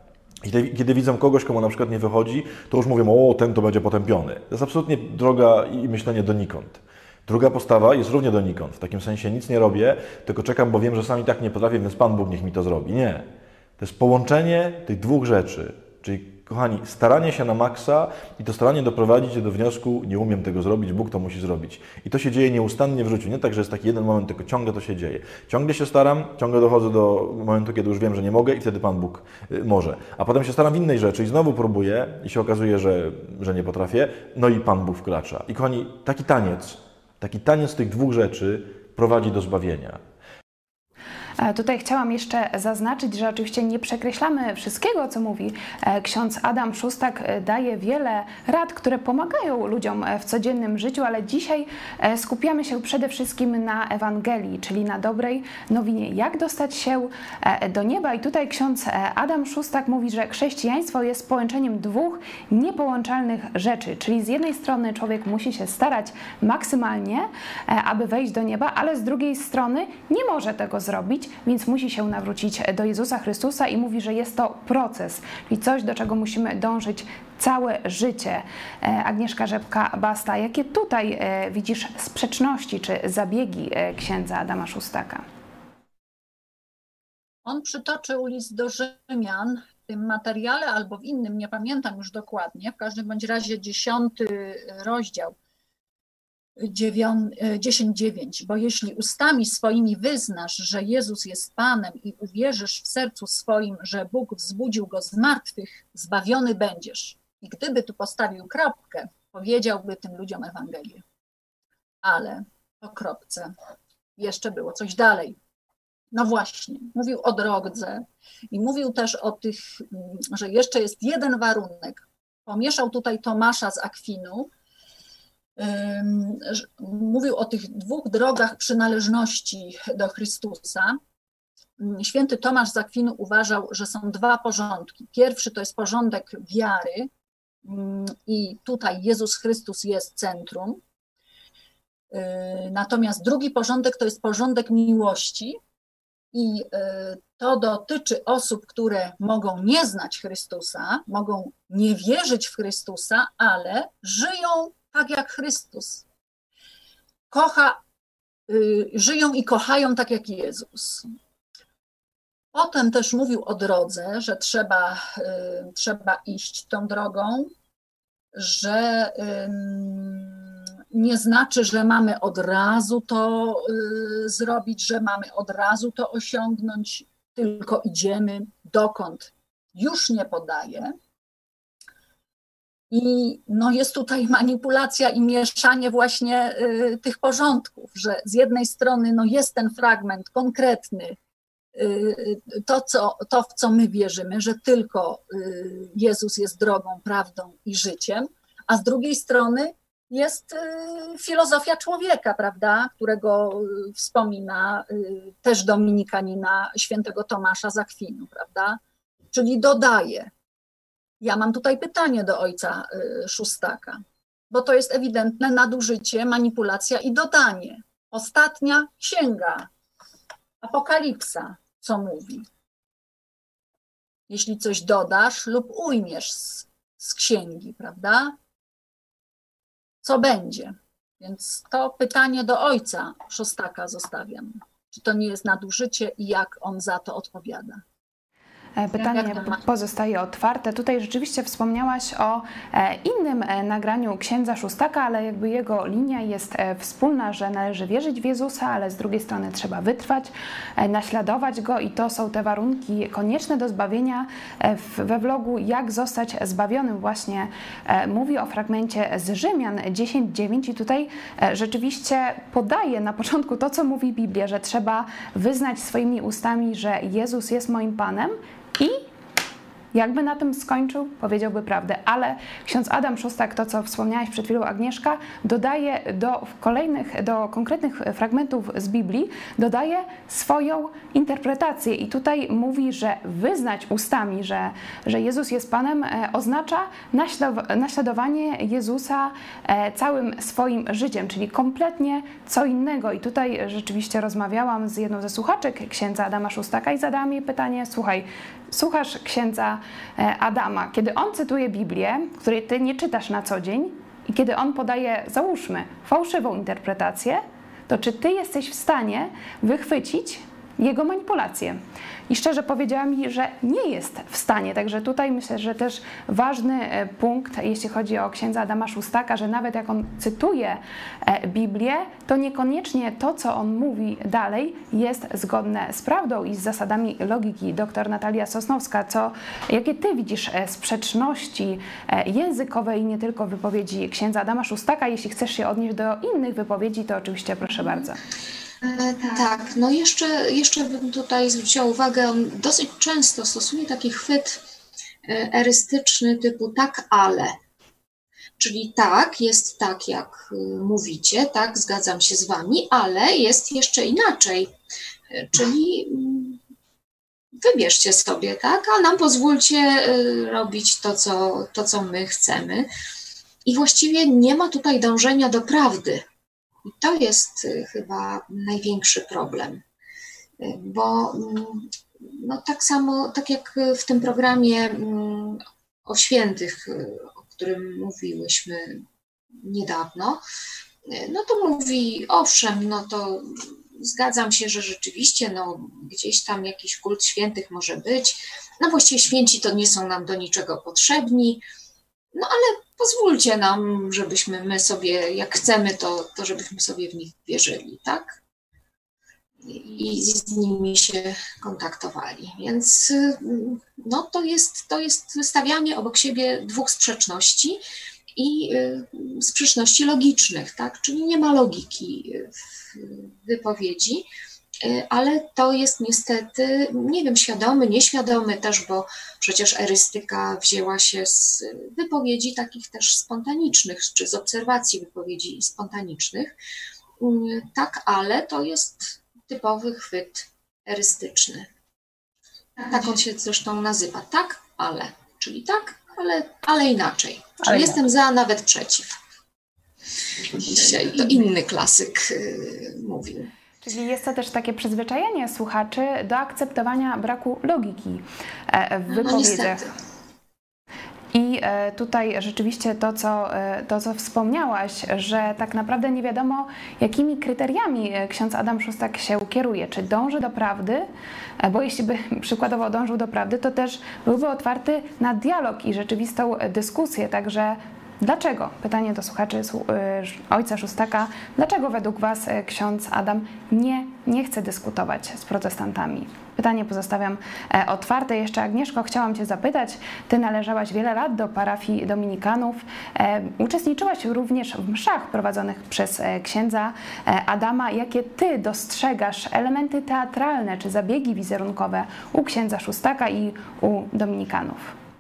I te, kiedy widzą kogoś, komu na przykład nie wychodzi, to już mówią, o, ten to będzie potępiony. To jest absolutnie droga i myślenie donikąd. Druga postawa jest równie donikąd. W takim sensie nic nie robię, tylko czekam, bo wiem, że sam i tak nie potrafię, więc Pan Bóg niech mi to zrobi. Nie. To jest połączenie tych dwóch rzeczy. Czyli, kochani, staranie się na maksa i to staranie doprowadzić się do wniosku, nie umiem tego zrobić, Bóg to musi zrobić. I to się dzieje nieustannie w życiu. Nie tak, że jest taki jeden moment, tylko ciągle to się dzieje. Ciągle się staram, ciągle dochodzę do momentu, kiedy już wiem, że nie mogę i wtedy Pan Bóg może. A potem się staram w innej rzeczy i znowu próbuję i się okazuje, że, że nie potrafię, no i Pan Bóg wkracza. I kochani, taki taniec, taki taniec tych dwóch rzeczy prowadzi do zbawienia. Tutaj chciałam jeszcze zaznaczyć, że oczywiście nie przekreślamy wszystkiego, co mówi ksiądz Adam Szustak. Daje wiele rad, które pomagają ludziom w codziennym życiu, ale dzisiaj skupiamy się przede wszystkim na Ewangelii, czyli na dobrej nowinie. Jak dostać się do nieba? I tutaj ksiądz Adam Szustak mówi, że chrześcijaństwo jest połączeniem dwóch niepołączalnych rzeczy, czyli z jednej strony człowiek musi się starać maksymalnie, aby wejść do nieba, ale z drugiej strony nie może tego zrobić, więc musi się nawrócić do Jezusa Chrystusa i mówi, że jest to proces, czyli coś, do czego musimy dążyć całe życie. Agnieszka Rzepka-Basta, jakie tutaj widzisz sprzeczności czy zabiegi księdza Adama Szustaka? On przytoczył list do Rzymian w tym materiale albo w innym, nie pamiętam już dokładnie, w każdym bądź razie dziesiąty rozdział, dziesięć dziewięć, bo jeśli ustami swoimi wyznasz, że Jezus jest Panem i uwierzysz w sercu swoim, że Bóg wzbudził Go z martwych, zbawiony będziesz. I gdyby tu postawił kropkę, powiedziałby tym ludziom Ewangelię. Ale po kropce jeszcze było coś dalej. No właśnie, mówił o drodze i mówił też o tych, że jeszcze jest jeden warunek. Pomieszał tutaj Tomasza z Akwinu. Mówił o tych dwóch drogach przynależności do Chrystusa. Święty Tomasz z Akwinu uważał, że są dwa porządki. Pierwszy to jest porządek wiary i tutaj Jezus Chrystus jest centrum. Natomiast drugi porządek to jest porządek miłości i to dotyczy osób, które mogą nie znać Chrystusa, mogą nie wierzyć w Chrystusa, ale żyją tak jak Chrystus. Kocha, y, żyją i kochają tak jak Jezus. Potem też mówił o drodze, że trzeba, y, trzeba iść tą drogą, że y, nie znaczy, że mamy od razu to y, zrobić, że mamy od razu to osiągnąć, tylko idziemy dokąd już nie podaje. I no jest tutaj manipulacja i mieszanie właśnie y, tych porządków, że z jednej strony no jest ten fragment konkretny, y, to, co, to w co my wierzymy, że tylko y, Jezus jest drogą, prawdą i życiem, a z drugiej strony jest y, filozofia człowieka, prawda, którego y, wspomina y, też dominikanina świętego Tomasza z Akwinu, prawda, czyli dodaje. Ja mam tutaj pytanie do ojca Szustaka, bo to jest ewidentne nadużycie, manipulacja i dodanie. Ostatnia księga, Apokalipsa, co mówi? Jeśli coś dodasz lub ujmiesz z, z księgi, prawda? Co będzie? Więc to pytanie do ojca Szustaka zostawiam. Czy to nie jest nadużycie i jak on za to odpowiada? Pytanie pozostaje otwarte. Tutaj rzeczywiście wspomniałaś o innym nagraniu księdza Szustaka, ale jakby jego linia jest wspólna, że należy wierzyć w Jezusa, ale z drugiej strony trzeba wytrwać, naśladować Go i to są te warunki konieczne do zbawienia. We vlogu Jak zostać zbawionym właśnie mówi o fragmencie z Rzymian dziesięć dziewięć i tutaj rzeczywiście podaje na początku to, co mówi Biblia, że trzeba wyznać swoimi ustami, że Jezus jest moim Panem. I jakby na tym skończył, powiedziałby prawdę, ale ksiądz Adam Szustak, to co wspomniałaś przed chwilą Agnieszka, dodaje do kolejnych, do konkretnych fragmentów z Biblii, dodaje swoją interpretację i tutaj mówi, że wyznać ustami, że, że Jezus jest Panem, e, oznacza naśladowanie Jezusa e, całym swoim życiem, czyli kompletnie co innego i tutaj rzeczywiście rozmawiałam z jedną ze słuchaczek księdza Adama Szustaka i zadałam jej pytanie, słuchaj, słuchasz księdza Adama, kiedy on cytuje Biblię, której ty nie czytasz na co dzień i kiedy on podaje, załóżmy, fałszywą interpretację, to czy ty jesteś w stanie wychwycić jego manipulacje. I szczerze powiedziała mi, że nie jest w stanie. Także tutaj myślę, że też ważny punkt, jeśli chodzi o księdza Adama Szustaka, że nawet jak on cytuje Biblię, to niekoniecznie to, co on mówi dalej, jest zgodne z prawdą i z zasadami logiki. Doktor Natalia Sosnowska, co, jakie ty widzisz sprzeczności językowe i nie tylko wypowiedzi księdza Adama Szustaka? Jeśli chcesz się odnieść do innych wypowiedzi, to oczywiście proszę bardzo. E, tak, no jeszcze, jeszcze bym tutaj zwróciła uwagę, on dosyć często stosuje taki chwyt erystyczny typu tak, ale. Czyli tak, jest tak, jak mówicie, tak, zgadzam się z wami, ale jest jeszcze inaczej. Czyli wybierzcie sobie, tak, a nam pozwólcie robić to, co, to, co my chcemy. I właściwie nie ma tutaj dążenia do prawdy. I to jest chyba największy problem, bo no tak samo, tak jak w tym programie o świętych, o którym mówiłyśmy niedawno, no to mówi, owszem, no to zgadzam się, że rzeczywiście no, gdzieś tam jakiś kult świętych może być, no właściwie święci to nie są nam do niczego potrzebni, no ale pozwólcie nam, żebyśmy my sobie, jak chcemy, to, to żebyśmy sobie w nich wierzyli, tak? I z nimi się kontaktowali. Więc no, to jest, to jest stawianie obok siebie dwóch sprzeczności i sprzeczności logicznych, tak? Czyli nie ma logiki w wypowiedzi, ale to jest niestety, nie wiem, świadomy, nieświadomy też, bo przecież erystyka wzięła się z wypowiedzi takich też spontanicznych, czy z obserwacji wypowiedzi spontanicznych. Tak, ale to jest typowy chwyt erystyczny. Tak on się zresztą nazywa. Tak, ale. Czyli tak, ale, ale inaczej. Czyli ale jestem ja. za, nawet przeciw. Dzisiaj to inny klasyk yy, mówił. Czyli jest to też takie przyzwyczajenie słuchaczy do akceptowania braku logiki w wypowiedziach. No, I tutaj rzeczywiście to co, to, co wspomniałaś, że tak naprawdę nie wiadomo, jakimi kryteriami ksiądz Adam Szustak się kieruje. Czy dąży do prawdy? Bo jeśli by przykładowo dążył do prawdy, to też byłby otwarty na dialog i rzeczywistą dyskusję. Także dlaczego? Pytanie do słuchaczy ojca Szustaka. Dlaczego według was ksiądz Adam nie, nie chce dyskutować z protestantami? Pytanie pozostawiam otwarte. Jeszcze Agnieszko, chciałam cię zapytać. Ty należałaś wiele lat do parafii dominikanów. Uczestniczyłaś również w mszach prowadzonych przez księdza Adama. Jakie ty dostrzegasz elementy teatralne czy zabiegi wizerunkowe u księdza Szustaka i u dominikanów?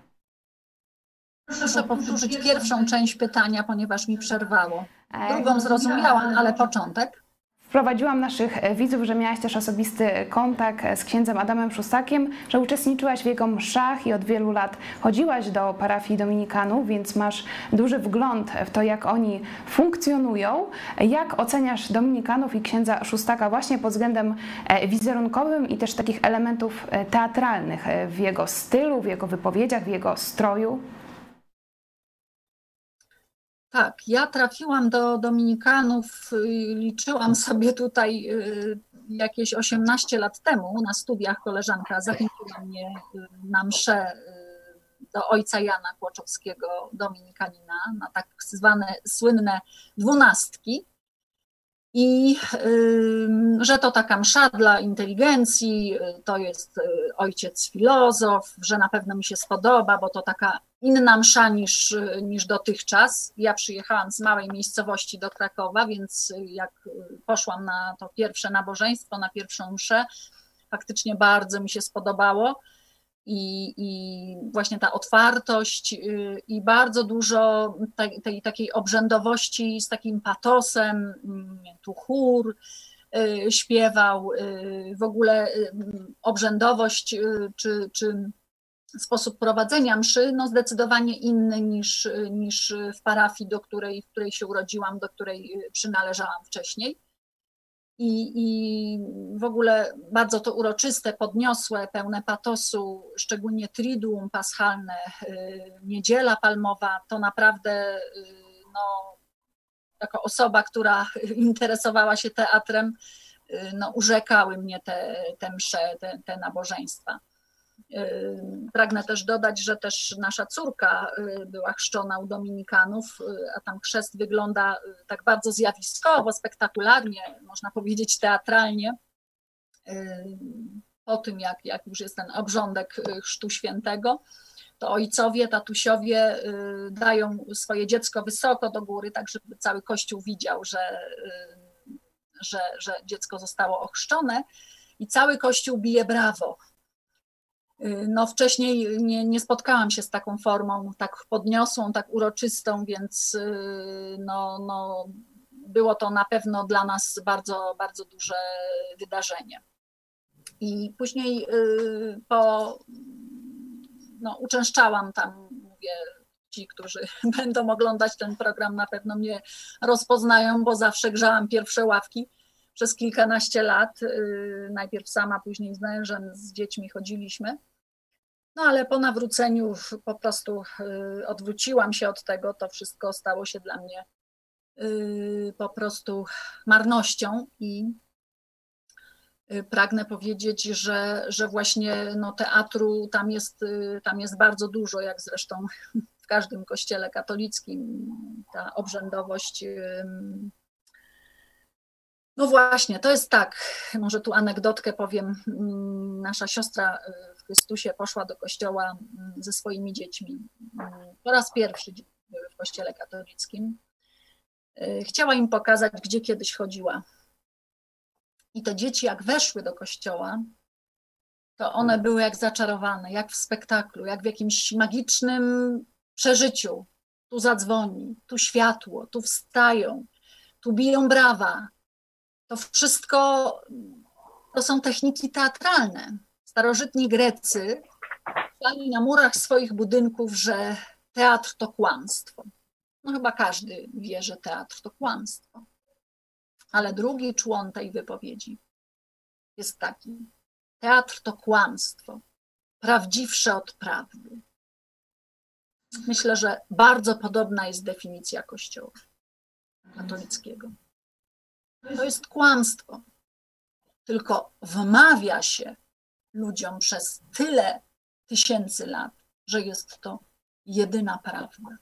Proszę powtórzyć pierwszą część pytania, ponieważ mi przerwało. Drugą zrozumiałam, ale początek. Wprowadziłam naszych widzów, że miałaś też osobisty kontakt z księdzem Adamem Szustakiem, że uczestniczyłaś w jego mszach i od wielu lat chodziłaś do parafii dominikanów, więc masz duży wgląd w to, jak oni funkcjonują. Jak oceniasz dominikanów i księdza Szustaka właśnie pod względem wizerunkowym i też takich elementów teatralnych w jego stylu, w jego wypowiedziach, w jego stroju? Tak, ja trafiłam do dominikanów, liczyłam sobie tutaj jakieś osiemnaście lat temu na studiach, koleżanka zachęciła mnie na mszę do ojca Jana Kłoczowskiego, dominikanina, na tak zwane słynne dwunastki. I że to taka msza dla inteligencji, to jest ojciec filozof, że na pewno mi się spodoba, bo to taka inna msza niż, niż dotychczas. Ja przyjechałam z małej miejscowości do Krakowa, więc jak poszłam na to pierwsze nabożeństwo, na pierwszą mszę, faktycznie bardzo mi się spodobało. I, i właśnie ta otwartość i bardzo dużo tej, tej takiej obrzędowości z takim patosem, tu chór śpiewał, w ogóle obrzędowość czy, czy sposób prowadzenia mszy, no zdecydowanie inny niż, niż w parafii, do której, w której się urodziłam, do której przynależałam wcześniej. I, I w ogóle bardzo to uroczyste, podniosłe, pełne patosu, szczególnie triduum paschalne, Niedziela Palmowa, to naprawdę no, jako osoba, która interesowała się teatrem, no, urzekały mnie te, te msze, te, te nabożeństwa. Pragnę też dodać, że też nasza córka była chrzczona u dominikanów, a tam chrzest wygląda tak bardzo zjawiskowo, spektakularnie, można powiedzieć teatralnie. Po tym, jak, jak już jest ten obrządek chrztu świętego, to ojcowie, tatusiowie dają swoje dziecko wysoko do góry, tak żeby cały Kościół widział, że, że, że dziecko zostało ochrzczone i cały Kościół bije brawo. No wcześniej nie, nie spotkałam się z taką formą, tak podniosłą, tak uroczystą, więc no, no, było to na pewno dla nas bardzo, bardzo duże wydarzenie. I później po, no, uczęszczałam tam, mówię, ci, którzy będą oglądać ten program, na pewno mnie rozpoznają, bo zawsze grzałam pierwsze ławki przez kilkanaście lat. Najpierw sama, później z mężem, z dziećmi chodziliśmy. No ale po nawróceniu po prostu odwróciłam się od tego, to wszystko stało się dla mnie po prostu marnością i pragnę powiedzieć, że, że właśnie no, teatru tam jest, tam jest bardzo dużo, jak zresztą w każdym kościele katolickim. Ta obrzędowość. No właśnie, to jest tak, może tu anegdotkę powiem. Nasza siostra w Chrystusie poszła do kościoła ze swoimi dziećmi. Po raz pierwszy były w kościele katolickim. Chciała im pokazać, gdzie kiedyś chodziła. I te dzieci, jak weszły do kościoła, to one były jak zaczarowane, jak w spektaklu, jak w jakimś magicznym przeżyciu. Tu zadzwoni, tu światło, tu wstają, tu biją brawa. To wszystko to są techniki teatralne. Starożytni Grecy pisali na murach swoich budynków, że teatr to kłamstwo. No chyba każdy wie, że teatr to kłamstwo. Ale drugi człon tej wypowiedzi jest taki. Teatr to kłamstwo, prawdziwsze od prawdy. Myślę, że bardzo podobna jest definicja Kościoła katolickiego. To jest kłamstwo, tylko wmawia się ludziom przez tyle tysięcy lat, że jest to jedyna prawda.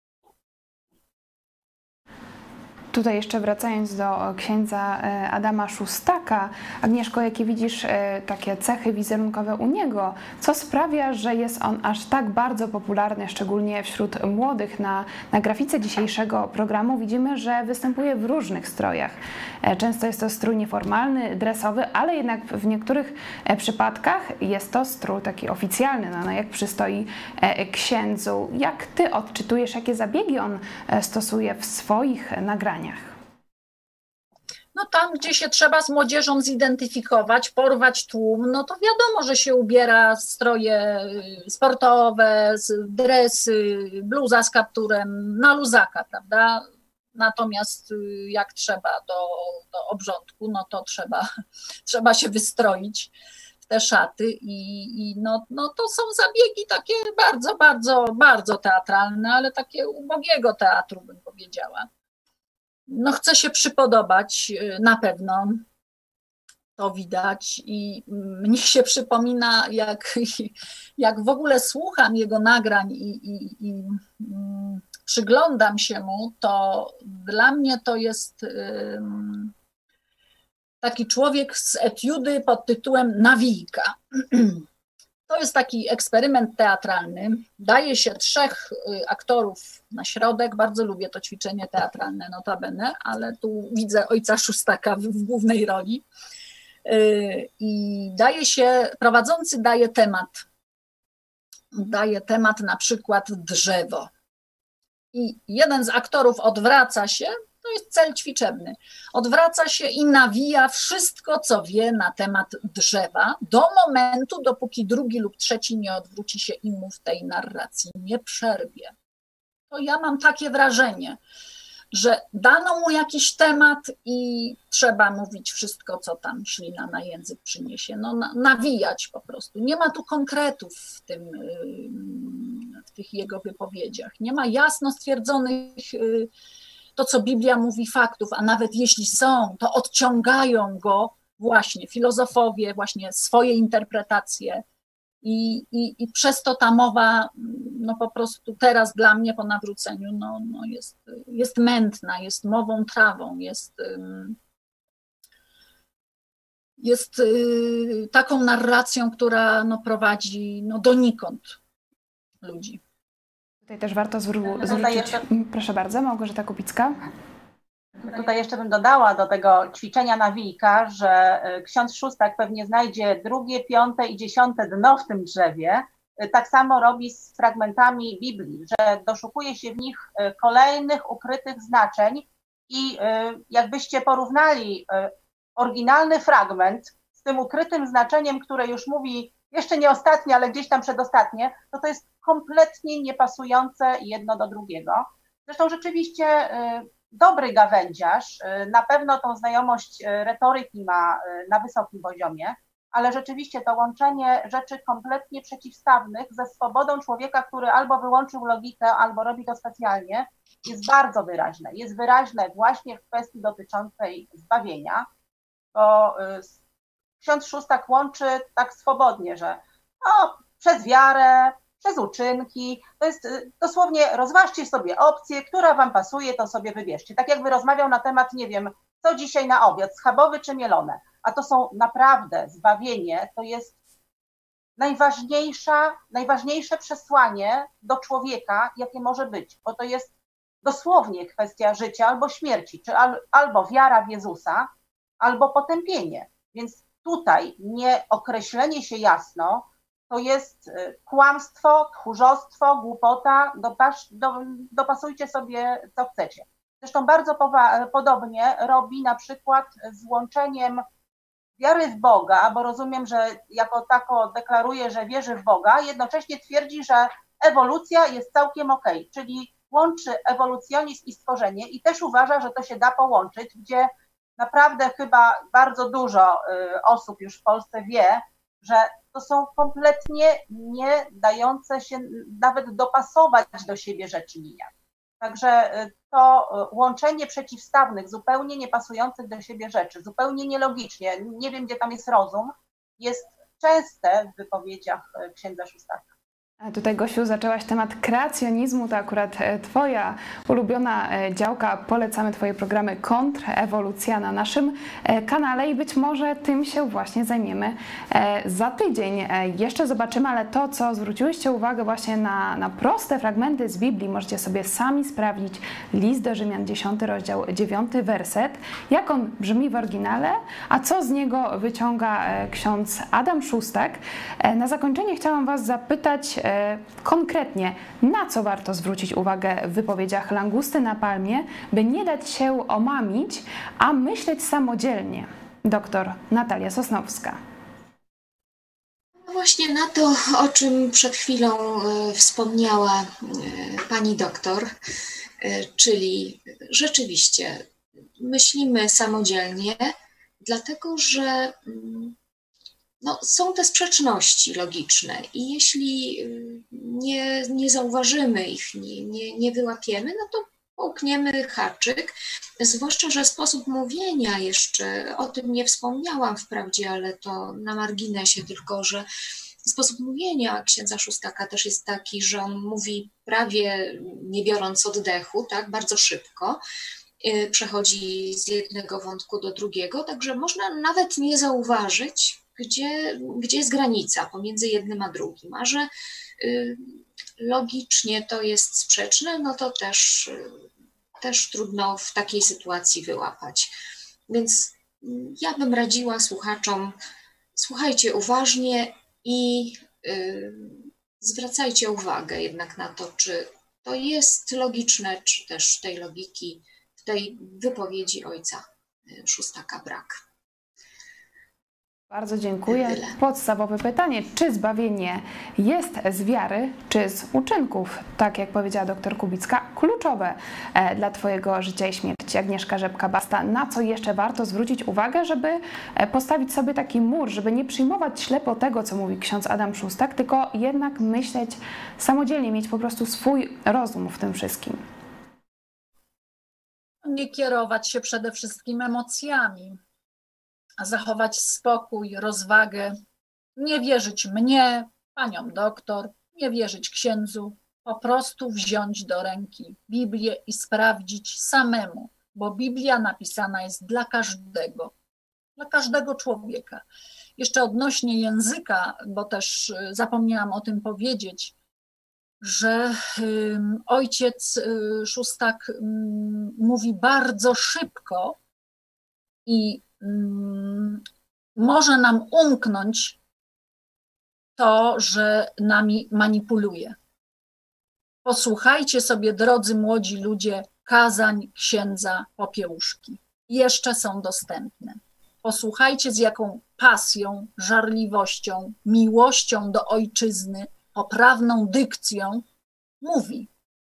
Tutaj jeszcze wracając do księdza Adama Szóstaka, Agnieszko, jakie widzisz takie cechy wizerunkowe u niego? Co sprawia, że jest on aż tak bardzo popularny, szczególnie wśród młodych? Na, na grafice dzisiejszego programu widzimy, że występuje w różnych strojach. Często jest to strój nieformalny, dresowy, ale jednak w niektórych przypadkach jest to strój taki oficjalny, no, no jak przystoi księdzu. Jak ty odczytujesz, jakie zabiegi on stosuje w swoich nagraniach? No tam, gdzie się trzeba z młodzieżą zidentyfikować, porwać tłum, no to wiadomo, że się ubiera w stroje sportowe, dresy, bluza z kapturem, na luzaka, prawda? Natomiast jak trzeba do, do obrządku, no to trzeba, trzeba się wystroić w te szaty i, i no, no to są zabiegi takie bardzo, bardzo, bardzo teatralne, ale takie ubogiego teatru, bym powiedziała. No chce się przypodobać na pewno, to widać i mnie się przypomina, jak, jak w ogóle słucham jego nagrań i, i, i przyglądam się mu, to dla mnie to jest taki człowiek z etiudy pod tytułem Nawijka. To jest taki eksperyment teatralny. Daje się trzech aktorów na środek. Bardzo lubię to ćwiczenie teatralne, notabene, ale tu widzę ojca Szóstaka w, w głównej roli. I daje się, prowadzący daje temat. Daje temat na przykład drzewo. I jeden z aktorów odwraca się, to jest cel ćwiczebny, odwraca się i nawija wszystko, co wie na temat drzewa, do momentu, dopóki drugi lub trzeci nie odwróci się i mu w tej narracji nie przerwie. To ja mam takie wrażenie, że dano mu jakiś temat i trzeba mówić wszystko, co tam ślina na język przyniesie, no nawijać po prostu. Nie ma tu konkretów w tym, w tych jego wypowiedziach, nie ma jasno stwierdzonych to, co Biblia mówi faktów, a nawet jeśli są, to odciągają go właśnie filozofowie, właśnie swoje interpretacje i, i, i przez to ta mowa no po prostu teraz dla mnie po nawróceniu no, no jest, jest mętna, jest mową trawą, jest, jest taką narracją, która no prowadzi no donikąd ludzi. Tutaj też warto zwró- Tutaj zwrócić... jeszcze- Proszę bardzo, Małgorzata Kubicka. Tutaj jeszcze bym dodała do tego ćwiczenia nawika, że y, ksiądz Szóstak pewnie znajdzie drugie, piąte i dziesiąte dno w tym drzewie. Y, Tak samo robi z fragmentami Biblii, że doszukuje się w nich y, kolejnych ukrytych znaczeń i y, jakbyście porównali y, oryginalny fragment z tym ukrytym znaczeniem, które już mówi jeszcze nie ostatnie, ale gdzieś tam przedostatnie, to to jest kompletnie niepasujące jedno do drugiego. Zresztą rzeczywiście y, dobry gawędziarz, y, na pewno tą znajomość y, retoryki ma y, na wysokim poziomie, ale rzeczywiście to łączenie rzeczy kompletnie przeciwstawnych ze swobodą człowieka, który albo wyłączył logikę, albo robi to specjalnie, jest bardzo wyraźne. Jest wyraźne właśnie w kwestii dotyczącej zbawienia, bo y, ksiądz Szóstak łączy tak swobodnie, że no, przez wiarę, przez uczynki, to jest y, dosłownie rozważcie sobie opcję, która wam pasuje, to sobie wybierzcie. Tak jakby rozmawiał na temat, nie wiem, co dzisiaj na obiad, schabowy czy mielone, a to są naprawdę, zbawienie to jest najważniejsza, najważniejsze przesłanie do człowieka, jakie może być, bo to jest dosłownie kwestia życia albo śmierci, czy al, albo wiara w Jezusa, albo potępienie. Więc tutaj nie określenie się jasno, to jest kłamstwo, tchórzostwo, głupota, dopasz, do, dopasujcie sobie co chcecie. Zresztą bardzo powa- podobnie robi na przykład z łączeniem wiary w Boga, bo rozumiem, że jako tako deklaruje, że wierzy w Boga, jednocześnie twierdzi, że ewolucja jest całkiem okej, czyli łączy ewolucjonizm i stworzenie i też uważa, że to się da połączyć, gdzie naprawdę chyba bardzo dużo osób już w Polsce wie, że to są kompletnie nie dające się nawet dopasować do siebie rzeczy nijak. Także to łączenie przeciwstawnych, zupełnie niepasujących do siebie rzeczy, zupełnie nielogicznie, nie wiem gdzie tam jest rozum, jest częste w wypowiedziach księdza Szóstaka. Tutaj, Gosiu, zaczęłaś temat kreacjonizmu, to akurat Twoja ulubiona działka. Polecamy Twoje programy Kontrewolucja na naszym kanale i być może tym się właśnie zajmiemy za tydzień. Jeszcze zobaczymy, ale to, co zwróciłyście uwagę właśnie na, na proste fragmenty z Biblii, możecie sobie sami sprawdzić. List do Rzymian, dziesiąty rozdział, dziewiąty werset, jak on brzmi w oryginale, a co z niego wyciąga ksiądz Adam Szóstak. Na zakończenie chciałam Was zapytać konkretnie, na co warto zwrócić uwagę w wypowiedziach Langusty na Palmie, by nie dać się omamić, a myśleć samodzielnie. Doktor Natalia Sosnowska. Właśnie na to, o czym przed chwilą wspomniała pani doktor, czyli rzeczywiście myślimy samodzielnie, dlatego że no, są te sprzeczności logiczne i jeśli nie, nie zauważymy ich, nie, nie, nie wyłapiemy, no to połkniemy haczyk, zwłaszcza, że sposób mówienia jeszcze, o tym nie wspomniałam wprawdzie, ale to na marginesie tylko, że sposób mówienia księdza Szóstaka też jest taki, że on mówi prawie nie biorąc oddechu, tak, bardzo szybko, przechodzi z jednego wątku do drugiego, także można nawet nie zauważyć, Gdzie, gdzie jest granica pomiędzy jednym a drugim, a że y, logicznie to jest sprzeczne, no to też, y, też trudno w takiej sytuacji wyłapać. Więc y, ja bym radziła słuchaczom, słuchajcie uważnie i y, zwracajcie uwagę jednak na to, czy to jest logiczne, czy też tej logiki w tej wypowiedzi ojca Szóstaka brak. Bardzo dziękuję. Podstawowe pytanie, czy zbawienie jest z wiary, czy z uczynków? Tak jak powiedziała doktor Kubicka, kluczowe dla Twojego życia i śmierci. Agnieszka Rzepka-Basta, na co jeszcze warto zwrócić uwagę, żeby postawić sobie taki mur, żeby nie przyjmować ślepo tego, co mówi ksiądz Adam Szóstak, tylko jednak myśleć samodzielnie, mieć po prostu swój rozum w tym wszystkim. nie kierować się przede wszystkim emocjami, a zachować spokój, rozwagę, nie wierzyć mnie, paniom doktor, nie wierzyć księdzu, po prostu wziąć do ręki Biblię i sprawdzić samemu, bo Biblia napisana jest dla każdego, dla każdego człowieka. Jeszcze odnośnie języka, bo też zapomniałam o tym powiedzieć, że ojciec Szóstak mówi bardzo szybko i może nam umknąć to, że nami manipuluje. Posłuchajcie sobie, drodzy młodzi ludzie, kazań księdza Popiełuszki. Jeszcze są dostępne. Posłuchajcie, z jaką pasją, żarliwością, miłością do ojczyzny, poprawną dykcją mówi.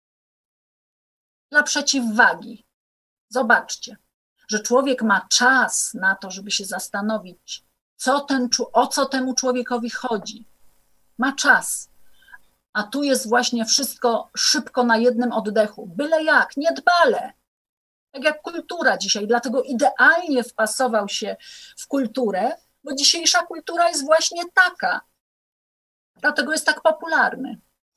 Dla przeciwwagi. Zobaczcie, że człowiek ma czas na to, żeby się zastanowić, co ten, o co temu człowiekowi chodzi. Ma czas. A tu jest właśnie wszystko szybko na jednym oddechu. Byle jak, niedbale. Tak jak kultura dzisiaj. Dlatego idealnie wpasował się w kulturę, bo dzisiejsza kultura jest właśnie taka. Dlatego jest tak popularny.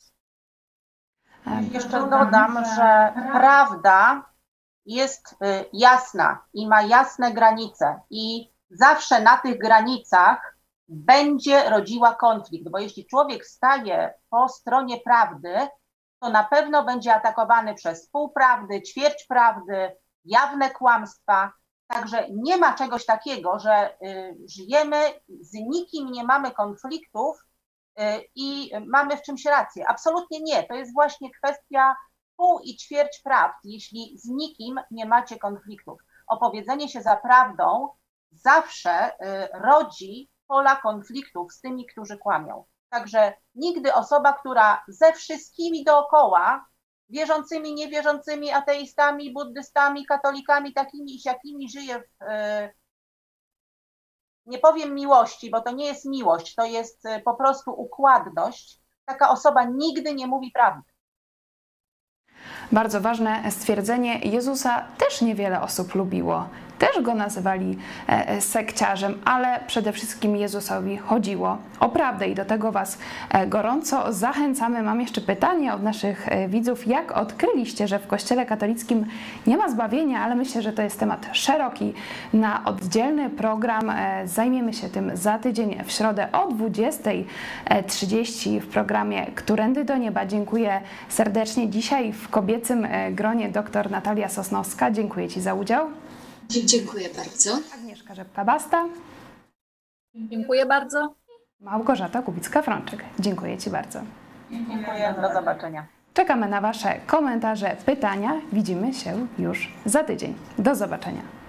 Jeszcze dodam, że prawda jest jasna i ma jasne granice i zawsze na tych granicach będzie rodziła konflikt, bo jeśli człowiek staje po stronie prawdy, to na pewno będzie atakowany przez półprawdy, ćwierć prawdy, jawne kłamstwa. Także nie ma czegoś takiego, że y, żyjemy, z nikim nie mamy konfliktów y, i mamy w czymś rację. Absolutnie nie. To jest właśnie kwestia pół i ćwierć prawd, jeśli z nikim nie macie konfliktów. Opowiedzenie się za prawdą zawsze y, rodzi pola konfliktów z tymi, którzy kłamią. Także nigdy osoba, która ze wszystkimi dookoła, wierzącymi, niewierzącymi, ateistami, buddystami, katolikami, takimi i siakimi żyje w, y, nie powiem miłości, bo to nie jest miłość, to jest y, po prostu układność. Taka osoba nigdy nie mówi prawdy. Bardzo ważne stwierdzenie. Jezusa też niewiele osób lubiło. Też go nazywali sekciarzem, ale przede wszystkim Jezusowi chodziło o prawdę i do tego Was gorąco zachęcamy. Mam jeszcze pytanie od naszych widzów. Jak odkryliście, że w Kościele katolickim nie ma zbawienia, ale myślę, że to jest temat szeroki. Na oddzielny program zajmiemy się tym za tydzień w środę o dwudziestej trzydzieści w programie Którędy do nieba. Dziękuję serdecznie. Dzisiaj w kobiecym gronie dr Natalia Sosnowska. Dziękuję Ci za udział. Dziękuję bardzo. Agnieszka Rzepka-Basta. Dziękuję bardzo. Małgorzata Kubicka-Frączyk. Dziękuję Ci bardzo. Dziękuję, do zobaczenia. Czekamy na Wasze komentarze, pytania. Widzimy się już za tydzień. Do zobaczenia.